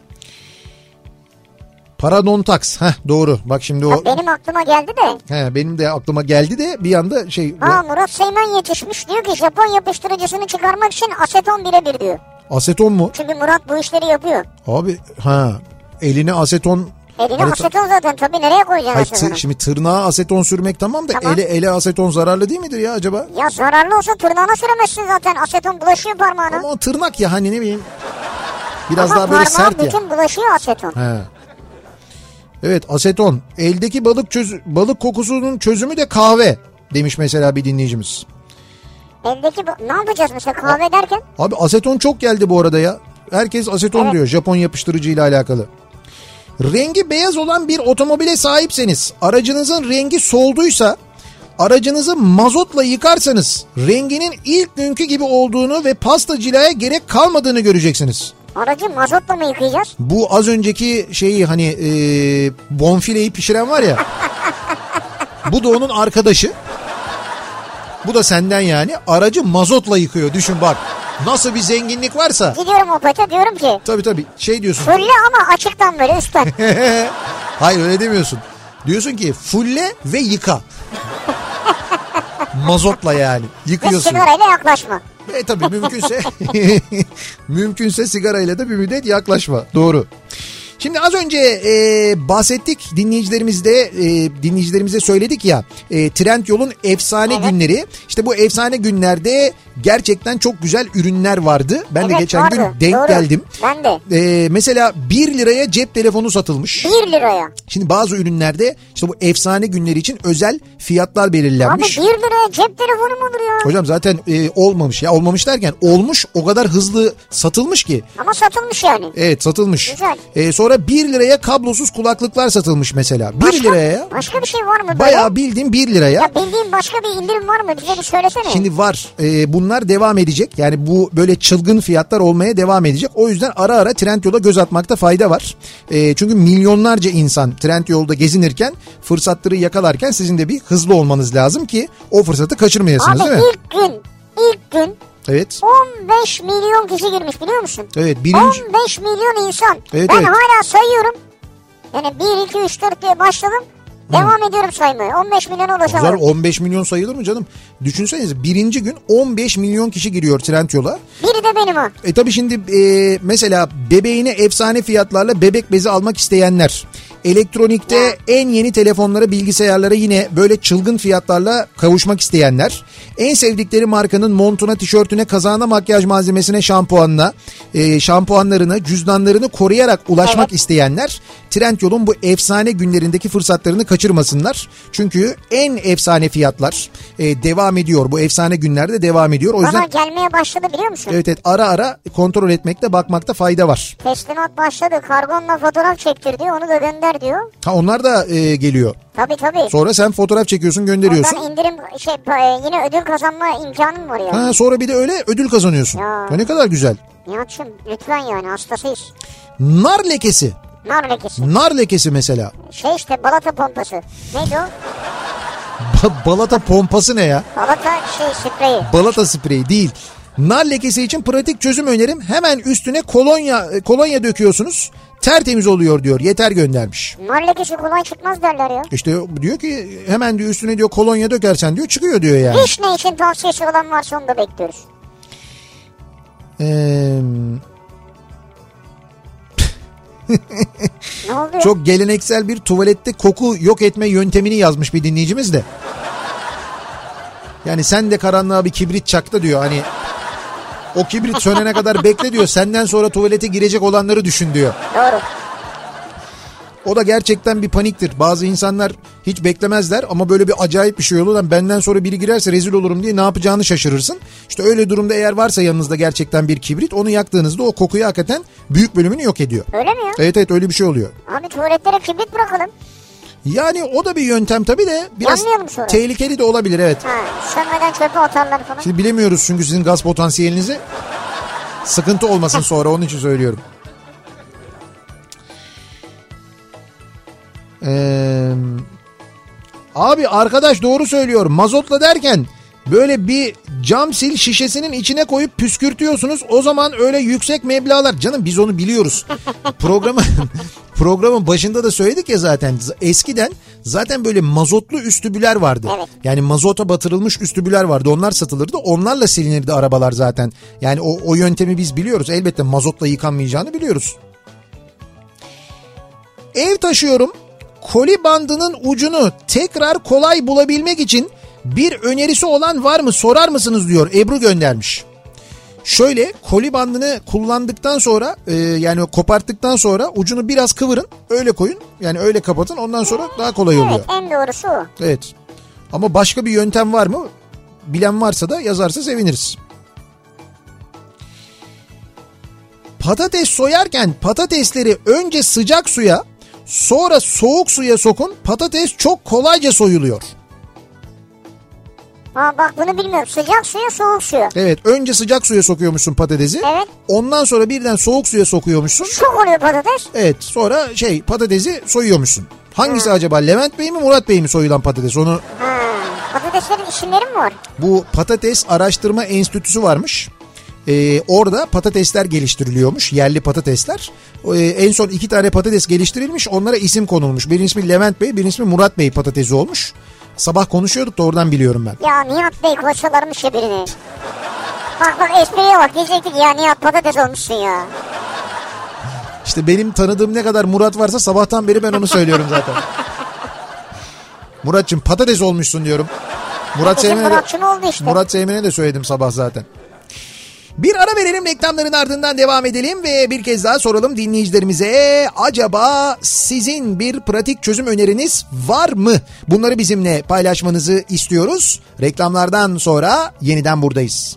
Paradontax. Doğru. Bak şimdi o... Benim aklıma geldi de. Benim de aklıma geldi de bir anda Murat Seymen yetişmiş, diyor ki Japon yapıştırıcısını çıkarmak için aseton birebir diyor. Aseton mu? Çünkü Murat bu işleri yapıyor. Abi eline aseton... Aseton zaten tabii, nereye koyacaksın asetonu? Şimdi tırnağa aseton sürmek tamam da ele aseton zararlı değil midir ya acaba? Ya zararlı olsa tırnağına süremezsin zaten, aseton bulaşıyor parmağına. Ama o tırnak ya, hani ne bileyim. Biraz daha böyle sert ya. Ama bütün bulaşıyor aseton. Evet, aseton. Eldeki balık kokusunun çözümü de kahve demiş mesela bir dinleyicimiz. Eldeki ne yapacağız mesela kahve derken? Abi aseton çok geldi bu arada ya. Herkes aseton diyor, Japon yapıştırıcıyla alakalı. Rengi beyaz olan bir otomobile sahipseniz, aracınızın rengi solduysa, aracınızı mazotla yıkarsanız renginin ilk günkü gibi olduğunu ve pasta cilaya gerek kalmadığını göreceksiniz. Aracı mazotla mı yıkayacağız? Bu az önceki hani bonfileyi pişiren var ya. Bu da onun arkadaşı. Bu da senden yani. Aracı mazotla yıkıyor. Düşün bak. Nasıl bir zenginlik varsa. Gidiyorum Opet'e, diyorum ki. Tabii. Diyorsun. Fulle ama açıktan böyle üstten. Hayır, öyle demiyorsun. Diyorsun ki fulle ve yıka. Mazotla yani. Yıkıyorsun. Ve sigarayla yaklaşma. Tabii mümkünse sigarayla da bir müddet yaklaşma. Doğru. Şimdi az önce bahsettik, dinleyicilerimize söyledik ya, Trendyol'un efsane günleri. İşte bu efsane günlerde gerçekten çok güzel ürünler vardı. Ben de geçen gün denk geldim. Ben de. Mesela 1 liraya cep telefonu satılmış. 1 liraya. Şimdi bazı ürünlerde işte bu efsane günleri için özel fiyatlar belirlenmiş. Abi 1 liraya cep telefonu mu olur ya? Hocam zaten olmamış ya, olmamış derken olmuş, o kadar hızlı satılmış ki. Ama satılmış yani. Evet, satılmış. Güzel. Sonra 1 liraya kablosuz kulaklıklar satılmış mesela. 1 liraya. Başka bir şey var mı böyle? Bayağı bildiğin 1 liraya. Ya bildiğin başka bir indirim var mı? Bize bir söylesene. Şimdi var. Bunlar devam edecek. Yani bu böyle çılgın fiyatlar olmaya devam edecek. O yüzden ara ara Trendyol'a göz atmakta fayda var. Çünkü milyonlarca insan Trendyol'da gezinirken, fırsatları yakalarken sizin de bir hızlı olmanız lazım ki o fırsatı kaçırmayasınız, değil mi? İlk gün evet. 15 milyon kişi girmiş, biliyor musun? Evet. 15 milyon insan. Evet, ben hala sayıyorum. Yani 1, 2, 3, 4 diye başladım. Devam ediyorum saymaya. 15 milyona ulaşamadım. 15 milyon sayılır mı canım? Düşünsenize, birinci gün 15 milyon kişi giriyor Trendyol'a. Biri de benim o. Tabii şimdi mesela bebeğine efsane fiyatlarla bebek bezi almak isteyenler, elektronikte en yeni telefonlara, bilgisayarlara yine böyle çılgın fiyatlarla kavuşmak isteyenler, en sevdikleri markanın montuna, tişörtüne, kazağına, makyaj malzemesine, şampuanlarına, cüzdanlarını koruyarak ulaşmak isteyenler Trendyol'un bu efsane günlerindeki fırsatlarını kaçırmasınlar. Çünkü en efsane fiyatlar devam ediyor. Bu efsane günlerde devam ediyor. O yüzden gelmeye başladı, biliyor musun? Evet, ara ara kontrol etmekte, bakmakta fayda var. Teslimat başladı. Kargonla fotoğraf çektir diyor. Onu da gönder ver diyor. Ha onlar da geliyor. Tabii. Sonra sen fotoğraf çekiyorsun, gönderiyorsun. Oradan indirim yine ödül kazanma imkanım var yani. Ha, sonra bir de öyle ödül kazanıyorsun. Ya ne kadar güzel. Nihat'cığım lütfen yani hastasıyız. Nar lekesi. Nar lekesi mesela. İşte balata pompası. Neydi o? Balata pompası ne ya? Balata spreyi. Balata spreyi değil. Nar lekesi için pratik çözüm önerim. Hemen üstüne kolonya döküyorsunuz. Tertemiz oluyor diyor. Yeter göndermiş. Nar lekesi kolay çıkmaz derler ya. İşte diyor ki hemen diyor üstüne diyor kolonya dökersen diyor çıkıyor diyor yani. Hiç ne için tavsiyesi olan varsa onu da bekliyoruz. Ne oldu? Çok geleneksel bir tuvalette koku yok etme yöntemini yazmış bir dinleyicimiz de. Yani sen de karanlığa bir kibrit çaktı diyor. Hani o kibrit sönene kadar bekle diyor. Senden sonra tuvalete girecek olanları düşün diyor. Doğru. O da gerçekten bir paniktir. Bazı insanlar hiç beklemezler ama böyle bir acayip bir şey olur. Lan benden sonra biri girerse rezil olurum diye ne yapacağını şaşırırsın. İşte öyle durumda eğer varsa yanınızda gerçekten bir kibrit, onu yaktığınızda o kokuyu hakikaten büyük bölümünü yok ediyor. Öyle mi ya? Evet öyle bir şey oluyor. Abi tuvaletlere kibrit bırakalım. Yani o da bir yöntem tabii de biraz tehlikeli de olabilir evet. Ha, sönmeden çöpe atarlar falan. Şimdi bilemiyoruz çünkü sizin gaz potansiyelinizi. Sıkıntı olmasın sonra, onun için söylüyorum. Abi arkadaş doğru söylüyor. Mazotla derken böyle bir cam sil şişesinin içine koyup püskürtüyorsunuz. O zaman öyle yüksek meblağlar. Canım biz onu biliyoruz. Programın başında da söyledik ya zaten. Eskiden zaten böyle mazotlu üstübüler vardı. Evet. Yani mazota batırılmış üstübüler vardı. Onlar satılırdı. Onlarla silinirdi arabalar zaten. Yani o yöntemi biz biliyoruz. Elbette mazotla yıkanmayacağını biliyoruz. Ev taşıyorum. Koli bandının ucunu tekrar kolay bulabilmek için bir önerisi olan var mı sorar mısınız diyor. Ebru göndermiş. Şöyle koli bandını kullandıktan sonra yani koparttıktan sonra ucunu biraz kıvırın, öyle koyun. Yani öyle kapatın, ondan sonra daha kolay oluyor. Evet, en doğrusu o. Evet. Ama başka bir yöntem var mı? Bilen varsa da yazarsa seviniriz. Patates soyarken patatesleri önce sıcak suya, sonra soğuk suya sokun. Patates çok kolayca soyuluyor. Aa bak bunu bilmiyorum. Sıcak suya, soğuk suya. Evet, önce sıcak suya sokuyormuşsun patatesi. Evet. Ondan sonra birden soğuk suya sokuyormuşsun. Çok oluyor patates. Evet, sonra patatesi soyuyormuşsun. Hangisi acaba? Levent Bey mi Murat Bey mi soyulan patates? Onu. Patateslerin isimleri mi var? Bu Patates Araştırma Enstitüsü varmış. Orada patatesler geliştiriliyormuş. Yerli patatesler. En son 2 tane patates geliştirilmiş. Onlara isim konulmuş. Birinin ismi Levent Bey, birinin ismi Murat Bey patatesi olmuş. Sabah konuşuyorduk da oradan biliyorum ben. Ya Nihat Bey koşalarmış ya birini. Bak espriye bak. Diyecektik ya Nihat patates olmuşsun ya. İşte benim tanıdığım ne kadar Murat varsa sabahtan beri ben onu söylüyorum zaten. Murat'cığım patates olmuşsun diyorum. Murat Seymen'e de söyledim sabah zaten. Bir ara verelim, reklamların ardından devam edelim ve bir kez daha soralım dinleyicilerimize. Acaba sizin bir pratik çözüm öneriniz var mı? Bunları bizimle paylaşmanızı istiyoruz. Reklamlardan sonra yeniden buradayız.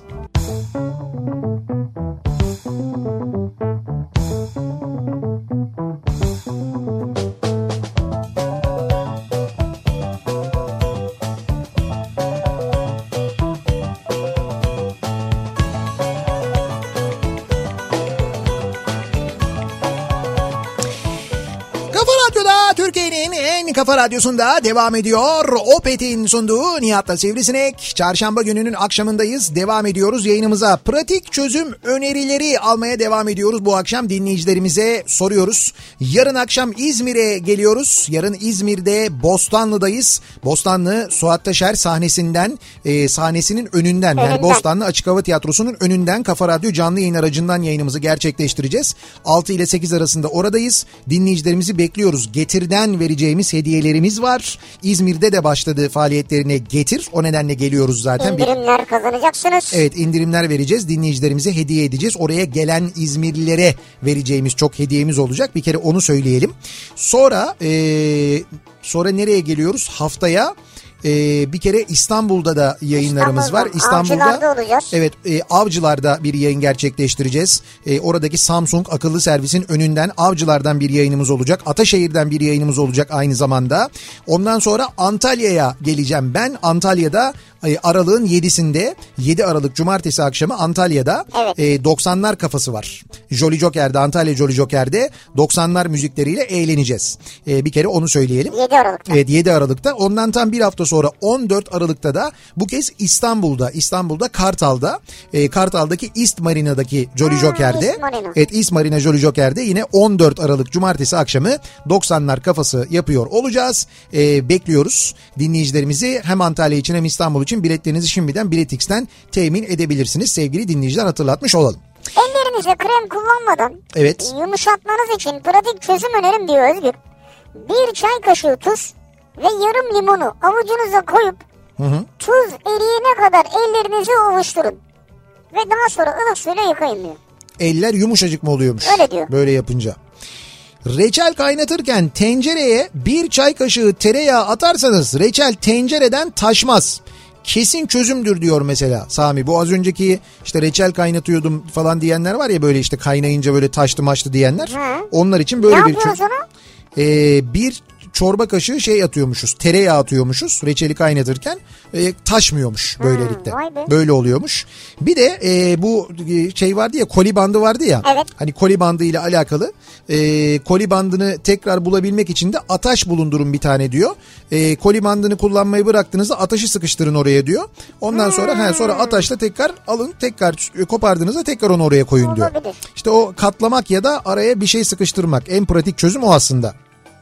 Türkiye'nin en kafa radyosunda devam ediyor. Opet'in sunduğu Nihat'la Sivrisinek. Çarşamba gününün akşamındayız. Devam ediyoruz yayınımıza. Pratik çözüm önerileri almaya devam ediyoruz. Bu akşam dinleyicilerimize soruyoruz. Yarın akşam İzmir'e geliyoruz. Yarın İzmir'de Bostanlı'dayız. Bostanlı Suat Taşer sahnesinin önünden. Yani Bostanlı Açık Hava Tiyatrosu'nun önünden Kafa Radyo canlı yayın aracından yayınımızı gerçekleştireceğiz. 6 ile 8 arasında oradayız. Dinleyicilerimizi bekliyoruz. Getir'den vereceğimiz hediyelerimiz var. İzmir'de de başladı faaliyetlerine Getir. O nedenle geliyoruz zaten. İndirimler kazanacaksınız. Evet, indirimler vereceğiz. Dinleyicilerimize hediye edeceğiz. Oraya gelen İzmirlilere vereceğimiz çok hediyemiz olacak. Bir kere onu söyleyelim. Sonra nereye geliyoruz? Haftaya Bir kere İstanbul'da da yayınlarımız var. İstanbul'da Avcılar'da olacağız. Evet, Avcılar'da bir yayın gerçekleştireceğiz. Oradaki Samsung akıllı servisin önünden Avcılar'dan bir yayınımız olacak. Ataşehir'den bir yayınımız olacak aynı zamanda. Ondan sonra Antalya'ya geleceğim ben. Antalya'da Aralık'ın 7'sinde 7 Aralık Cumartesi akşamı Antalya'da evet. 90'lar kafası var. Jolly Joker'de, Antalya Jolly Joker'de 90'lar müzikleriyle eğleneceğiz. Bir kere onu söyleyelim. 7 Aralık'ta. Evet, 7 Aralık'ta. Ondan tam bir hafta sonra 14 Aralık'ta da bu kez İstanbul'da Kartal'da Kartal'daki East Marina'daki Jolly Joker'de. East Marina. Evet, East Marina Jolly Joker'de yine 14 Aralık Cumartesi akşamı 90'lar kafası yapıyor olacağız. Bekliyoruz dinleyicilerimizi hem Antalya için hem İstanbul için. Biletlerinizi şimdiden Biletix'ten temin edebilirsiniz. Sevgili dinleyiciler, hatırlatmış olalım. Ellerinize krem kullanmadan evet. Yumuşatmanız için pratik çözüm önerim diyor Özgür. 1 çay kaşığı tuz ve yarım limonu avucunuza koyup tuz eriyene kadar ellerinizi ovuşturun. Ve daha sonra ılık suyla yıkayın diyor. Eller yumuşacık mı oluyormuş? Öyle diyor. Böyle yapınca. Reçel kaynatırken tencereye 1 çay kaşığı tereyağı atarsanız reçel tencereden taşmaz. Kesin çözümdür diyor mesela Sami. Bu az önceki işte reçel kaynatıyordum falan diyenler var ya, böyle işte kaynayınca böyle taştı maçtı diyenler. Onlar için böyle bir çözüm. Bir çorba kaşığı şey atıyormuşuz, tereyağı atıyormuşuz reçeli kaynatırken, taşmıyormuş böylelikle. Böyle oluyormuş. Bir de bu şey vardı ya, koli bandı vardı ya. Evet. Hani koli bandı ile alakalı koli bandını tekrar bulabilmek için de ataş bulundurun bir tane diyor. Koli bandını kullanmayı bıraktığınızda ataşı sıkıştırın oraya diyor. Ondan sonra ataşla tekrar alın, tekrar kopardığınızda tekrar onu oraya koyun diyor. Olabilir. İşte o katlamak ya da araya bir şey sıkıştırmak, en pratik çözüm o aslında.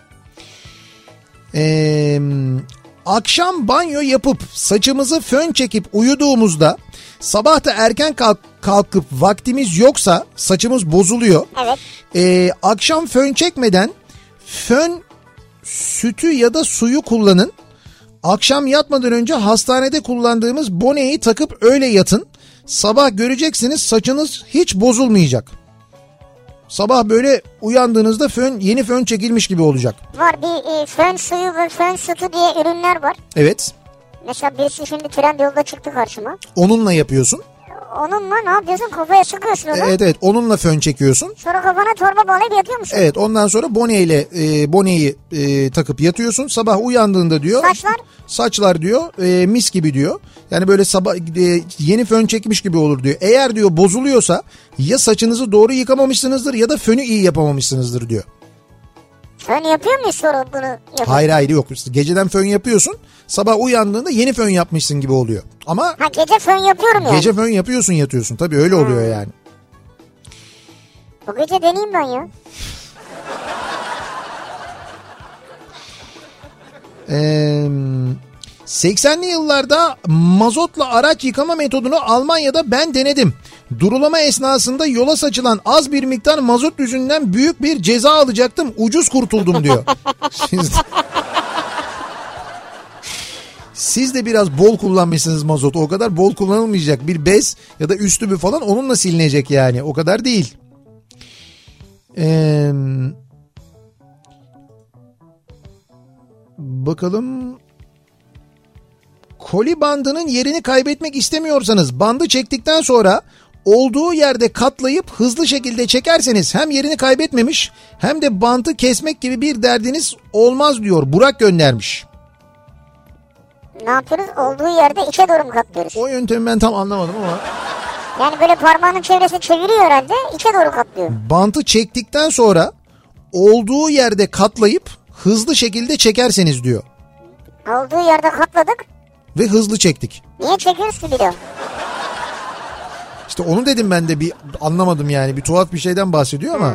Akşam banyo yapıp saçımızı fön çekip uyuduğumuzda sabah da erken kalkıp vaktimiz yoksa saçımız bozuluyor. Evet. Akşam fön çekmeden fön sütü ya da suyu kullanın. Akşam yatmadan önce hastanede kullandığımız boneyi takıp öyle yatın. Sabah göreceksiniz saçınız hiç bozulmayacak. Sabah böyle uyandığınızda yeni fön çekilmiş gibi olacak. Var bir fön suyu ve fön sütü diye ürünler var. Evet. Mesela birisi şimdi Trendyol'da çıktı karşıma. Onunla yapıyorsun. Onunla ne yapıyorsun? Kafaya sıkıyorsun onu. Evet, onunla fön çekiyorsun. Sonra kafana torba bağlayıp yatıyor musun? Evet, ondan sonra boneyi takıp yatıyorsun. Sabah uyandığında diyor. Saçlar diyor mis gibi diyor. Yani böyle sabah yeni fön çekmiş gibi olur diyor. Eğer diyor bozuluyorsa ya saçınızı doğru yıkamamışsınızdır ya da fönü iyi yapamamışsınızdır diyor. Fön yapıyor muyuz sonra bunu? Hayır yok. Geceden fön yapıyorsun. Sabah uyandığında yeni fön yapmışsın gibi oluyor. Ama gece fön yapıyorum yani. Gece fön yapıyorsun, yatıyorsun. Tabii öyle oluyor yani. Bu gece deneyeyim ben ya. 80'li yıllarda mazotla araç yıkama metodunu Almanya'da ben denedim. Durulama esnasında yola saçılan az bir miktar mazot yüzünden büyük bir ceza alacaktım. Ucuz kurtuldum diyor. Siz de biraz bol kullanmışsınız mazot. O kadar bol kullanılmayacak. Bir bez ya da üstü bir falan onunla silinecek yani. O kadar değil. Bakalım. Koli bandının yerini kaybetmek istemiyorsanız bandı çektikten sonra olduğu yerde katlayıp hızlı şekilde çekerseniz hem yerini kaybetmemiş hem de bandı kesmek gibi bir derdiniz olmaz diyor. Burak göndermiş. Ne yapıyoruz? Olduğu yerde içe doğru mu katlıyoruz? O yöntemi ben tam anlamadım ama. Yani böyle parmağının çevresini çeviriyor herhalde, içe doğru katlıyor. Bandı çektikten sonra olduğu yerde katlayıp hızlı şekilde çekerseniz diyor. Olduğu yerde katladık. Ve hızlı çektik. Niye çekiyoruz ki bir de? İşte onu dedim ben de, bir anlamadım yani. Bir tuhaf bir şeyden bahsediyor ama.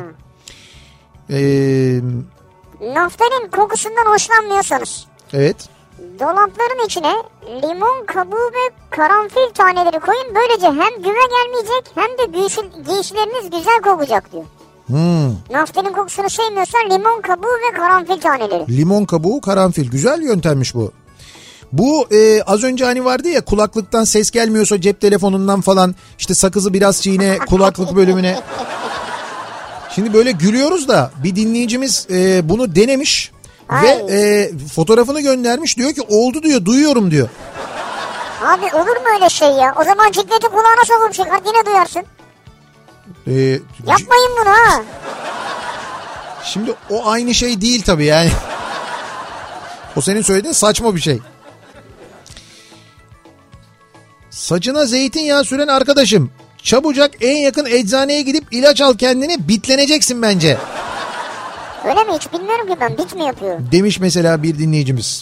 Naftalin kokusundan hoşlanmıyorsanız. Evet. Dolapların içine limon kabuğu ve karanfil taneleri koyun. Böylece hem güve gelmeyecek hem de giysileriniz güzel kokacak diyor. Naftalin kokusunu sevmiyorsan limon kabuğu ve karanfil taneleri. Limon kabuğu, karanfil. Güzel yöntemmiş bu. Bu az önce hani vardı ya, kulaklıktan ses gelmiyorsa cep telefonundan falan işte sakızı biraz çiğne kulaklık bölümüne. Şimdi böyle gülüyoruz da bir dinleyicimiz bunu denemiş. Ay. Ve fotoğrafını göndermiş, diyor ki oldu diyor, duyuyorum diyor. Abi olur mu öyle şey ya? O zaman cikleti kulağına sokup çıkart, yine duyarsın. Yapmayın bunu ha. Şimdi o aynı şey değil tabii yani. O senin söylediğin saçma bir şey. Saçına zeytinyağı süren arkadaşım, çabucak en yakın eczaneye gidip ilaç al kendine, bitleneceksin bence. Öyle mi, hiç bilmiyorum ki ben, bit mi yapıyor? Demiş mesela bir dinleyicimiz.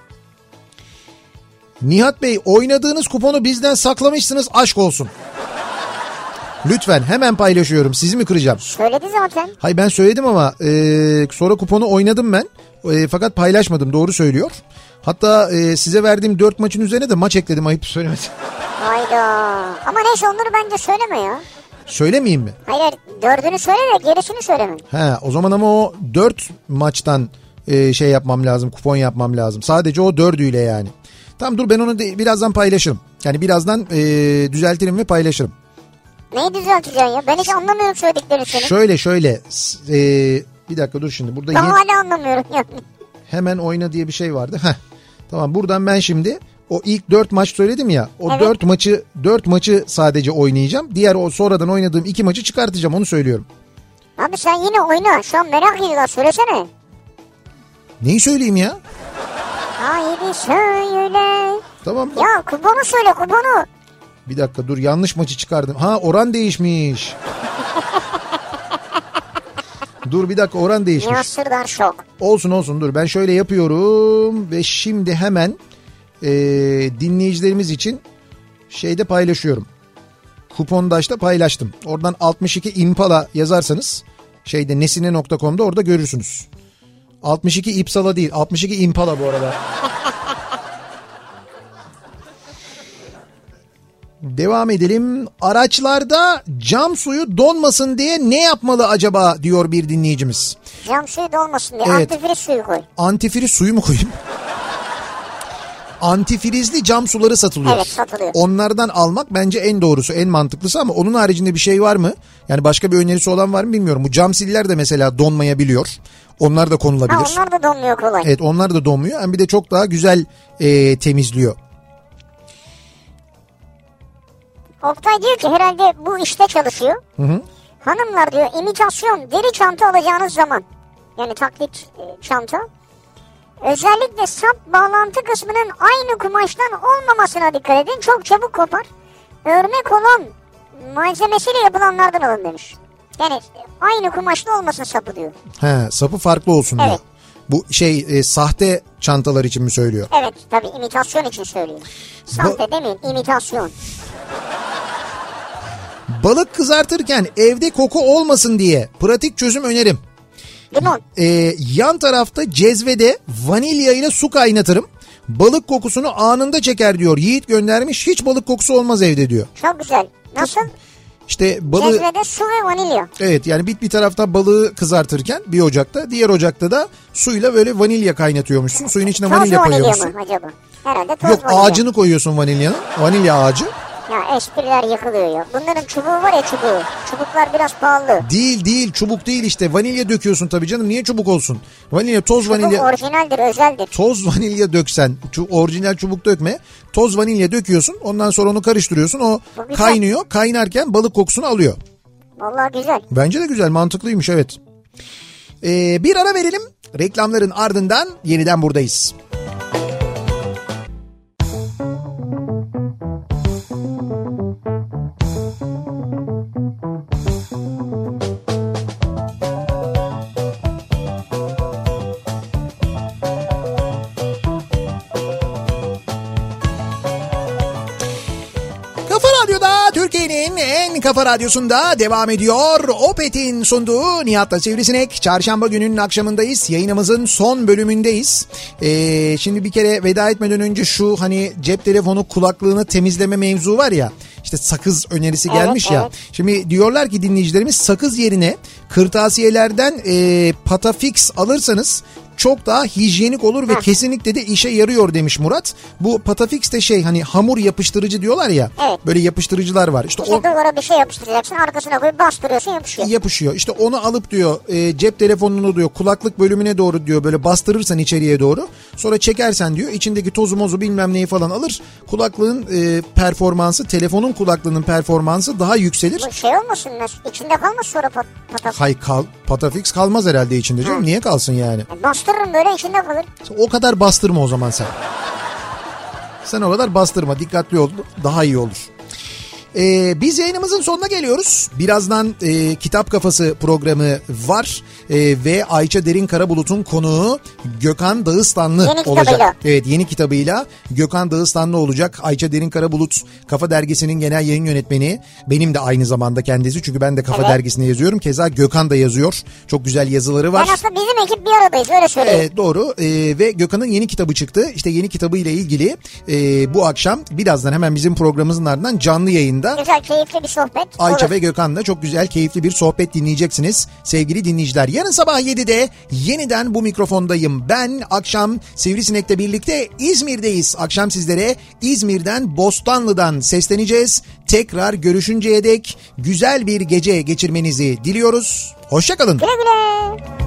Nihat Bey, oynadığınız kuponu bizden saklamışsınız, aşk olsun. Lütfen, hemen paylaşıyorum, sizi mi kıracağım? Söyledi zaten. Hayır, ben söyledim ama sonra kuponu oynadım ben. Fakat paylaşmadım, doğru söylüyor. Hatta size verdiğim 4 maçın üzerine de maç ekledim, ayıp söylemesi. Hayda. Ama neyse, onları bence söyleme ya. Söylemeyeyim mi? Hayır, 4'ünü söyle de gerisini söyleme. He, o zaman ama o 4 maçtan şey yapmam lazım, kupon yapmam lazım. Sadece o 4'üyle yani. Tamam, dur ben onu birazdan paylaşırım. Yani birazdan düzeltirim ve paylaşırım. Neyi düzelteceksin ya? Ben hiç anlamıyorum söylediklerini senin. Şöyle bir dakika dur şimdi. Burada ben hala anlamıyorum yani. Hemen oyna diye bir şey vardı. Heh. Tamam, buradan ben şimdi o ilk 4 maç söyledim ya. O evet. 4 maçı sadece oynayacağım. Diğer o sonradan oynadığım 2 maçı çıkartacağım, onu söylüyorum. Abi sen yine oyna. Şu an merak ediyorlar, söylesene. Neyi söyleyeyim ya? Haydi söyle. Tamam. Ya kuponu söyle, kuponu. Bir dakika dur, yanlış maçı çıkardım. Ha, oran değişmiş. Dur bir dakika, oran değişmiş. Nihat Sırdar şok. Olsun dur, ben şöyle yapıyorum ve şimdi hemen dinleyicilerimiz için şeyde paylaşıyorum. Kupondaş'ta paylaştım. Oradan 62 Impala yazarsanız şeyde nesine.com'da orada görürsünüz. 62 İpsala değil, 62 Impala bu arada. Devam edelim. Araçlarda cam suyu donmasın diye ne yapmalı acaba diyor bir dinleyicimiz. Cam suyu donmasın diye antifriz suyu koy. Antifriz suyu mu koyayım? Antifrizli cam suları satılıyor. Evet, satılıyor. Onlardan almak bence en doğrusu, en mantıklısı, ama onun haricinde bir şey var mı? Yani başka bir önerisi olan var mı bilmiyorum. Bu cam siller de mesela donmayabiliyor. Onlar da konulabilir. Ha, onlar da donmuyor kolay. Evet, onlar da donmuyor. Yani bir de çok daha güzel temizliyor. Oktay diyor ki herhalde bu işte çalışıyor. Hı. Hanımlar diyor, imitasyon deri çanta alacağınız zaman, yani taklit çanta, özellikle sap bağlantı kısmının aynı kumaştan olmamasına dikkat edin. Çok çabuk kopar. Örme kolon malzemesiyle yapılanlardan alın demiş. Yani aynı kumaşlı olmasın sapı diyor. He, sapı farklı olsun diyor. Evet. Bu sahte çantalar için mi söylüyor? Evet, tabii imitasyon için söylüyor. Sahte demeyin, imitasyon. Balık kızartırken evde koku olmasın diye pratik çözüm önerim. Limon. Yan tarafta cezvede vanilya ile su kaynatırım. Balık kokusunu anında çeker diyor. Yiğit göndermiş. Hiç balık kokusu olmaz evde diyor. Çok güzel. Nasıl? İşte balığı... Cezvede su ve vanilya. Evet, yani bir tarafta balığı kızartırken bir ocakta, diğer ocakta da suyla böyle vanilya kaynatıyormuşsun. Suyun içine vanilya koyuyormuşsun. Toz vanilya mı acaba? Herhalde toz Yok, vanilya. ağacını koyuyorsun vanilyanın. Vanilya ağacı. Ya espriler yıkılıyor ya. Bunların çubuğu var ya, çubuğu. Çubuklar biraz pahalı. Değil çubuk değil işte. Vanilya döküyorsun tabii canım. Niye çubuk olsun? Vanilya, toz çubuk vanilya. Orijinaldir, özeldir. Toz vanilya döksen, orijinal çubuk dökme. Toz vanilya döküyorsun. Ondan sonra onu karıştırıyorsun. O kaynıyor. Kaynarken balık kokusunu alıyor. Vallahi güzel. Bence de güzel, mantıklıymış, evet. Bir ara verelim. Reklamların ardından yeniden buradayız. Türkiye'nin en kafa radyosunda devam ediyor. Opet'in sunduğu Nihat'la Sivrisinek. Çarşamba gününün akşamındayız. Yayınımızın son bölümündeyiz. Şimdi bir kere veda etmeden önce şu hani cep telefonu kulaklığını temizleme mevzu var ya. işte sakız önerisi gelmiş ya. Şimdi diyorlar ki dinleyicilerimiz sakız yerine kırtasiyelerden Patafix alırsanız çok daha hijyenik olur ve kesinlikle de işe yarıyor demiş Murat. Bu Patafix de hani hamur yapıştırıcı diyorlar ya. Evet. Böyle yapıştırıcılar var. İşte duvara bir şey yapıştıracaksın, arkasına koyup bastırıyorsun, yapışıyor. Yapışıyor. İşte onu alıp diyor cep telefonunu diyor kulaklık bölümüne doğru diyor böyle bastırırsan içeriye doğru. Sonra çekersen diyor içindeki tozu mozu bilmem neyi falan alır. Kulaklığın performansı, telefonun kulaklığının performansı daha yükselir. Bu şey olmasın, içinde kalmaz sonra Patafix. Hayır, Patafix kalmaz herhalde içinde canım. Niye kalsın yani? Bastırırım böyle, içinde kalır. O kadar bastırma o zaman sen. Sen o kadar bastırma, dikkatli ol, daha iyi olur. Biz yayınımızın sonuna geliyoruz. Birazdan Kitap Kafası programı var ve Ayça Derin Karabulut'un konuğu Gökhan Dağıstanlı olacak. Evet, yeni kitabıyla Gökhan Dağıstanlı olacak. Ayça Derin Karabulut Kafa Dergisi'nin genel yayın yönetmeni. Benim de aynı zamanda kendisi, çünkü ben de Kafa Dergisi'ne yazıyorum. Keza Gökhan da yazıyor. Çok güzel yazıları var. Ben aslında bizim ekip bir aradayız, öyle söyleyeyim. Evet, doğru. Ve Gökhan'ın yeni kitabı çıktı. İşte yeni kitabıyla ilgili bu akşam birazdan hemen bizim programımızın ardından canlı yayında güzel, keyifli bir sohbet Ayça olur. ve Gökhan'la çok güzel, keyifli bir sohbet dinleyeceksiniz sevgili dinleyiciler. Yarın sabah 7'de yeniden bu mikrofondayım. Ben akşam Sivrisinek'le birlikte İzmir'deyiz. Akşam sizlere İzmir'den, Bostanlı'dan sesleneceğiz. Tekrar görüşünceye dek güzel bir gece geçirmenizi diliyoruz. Hoşça kalın. Güle güle.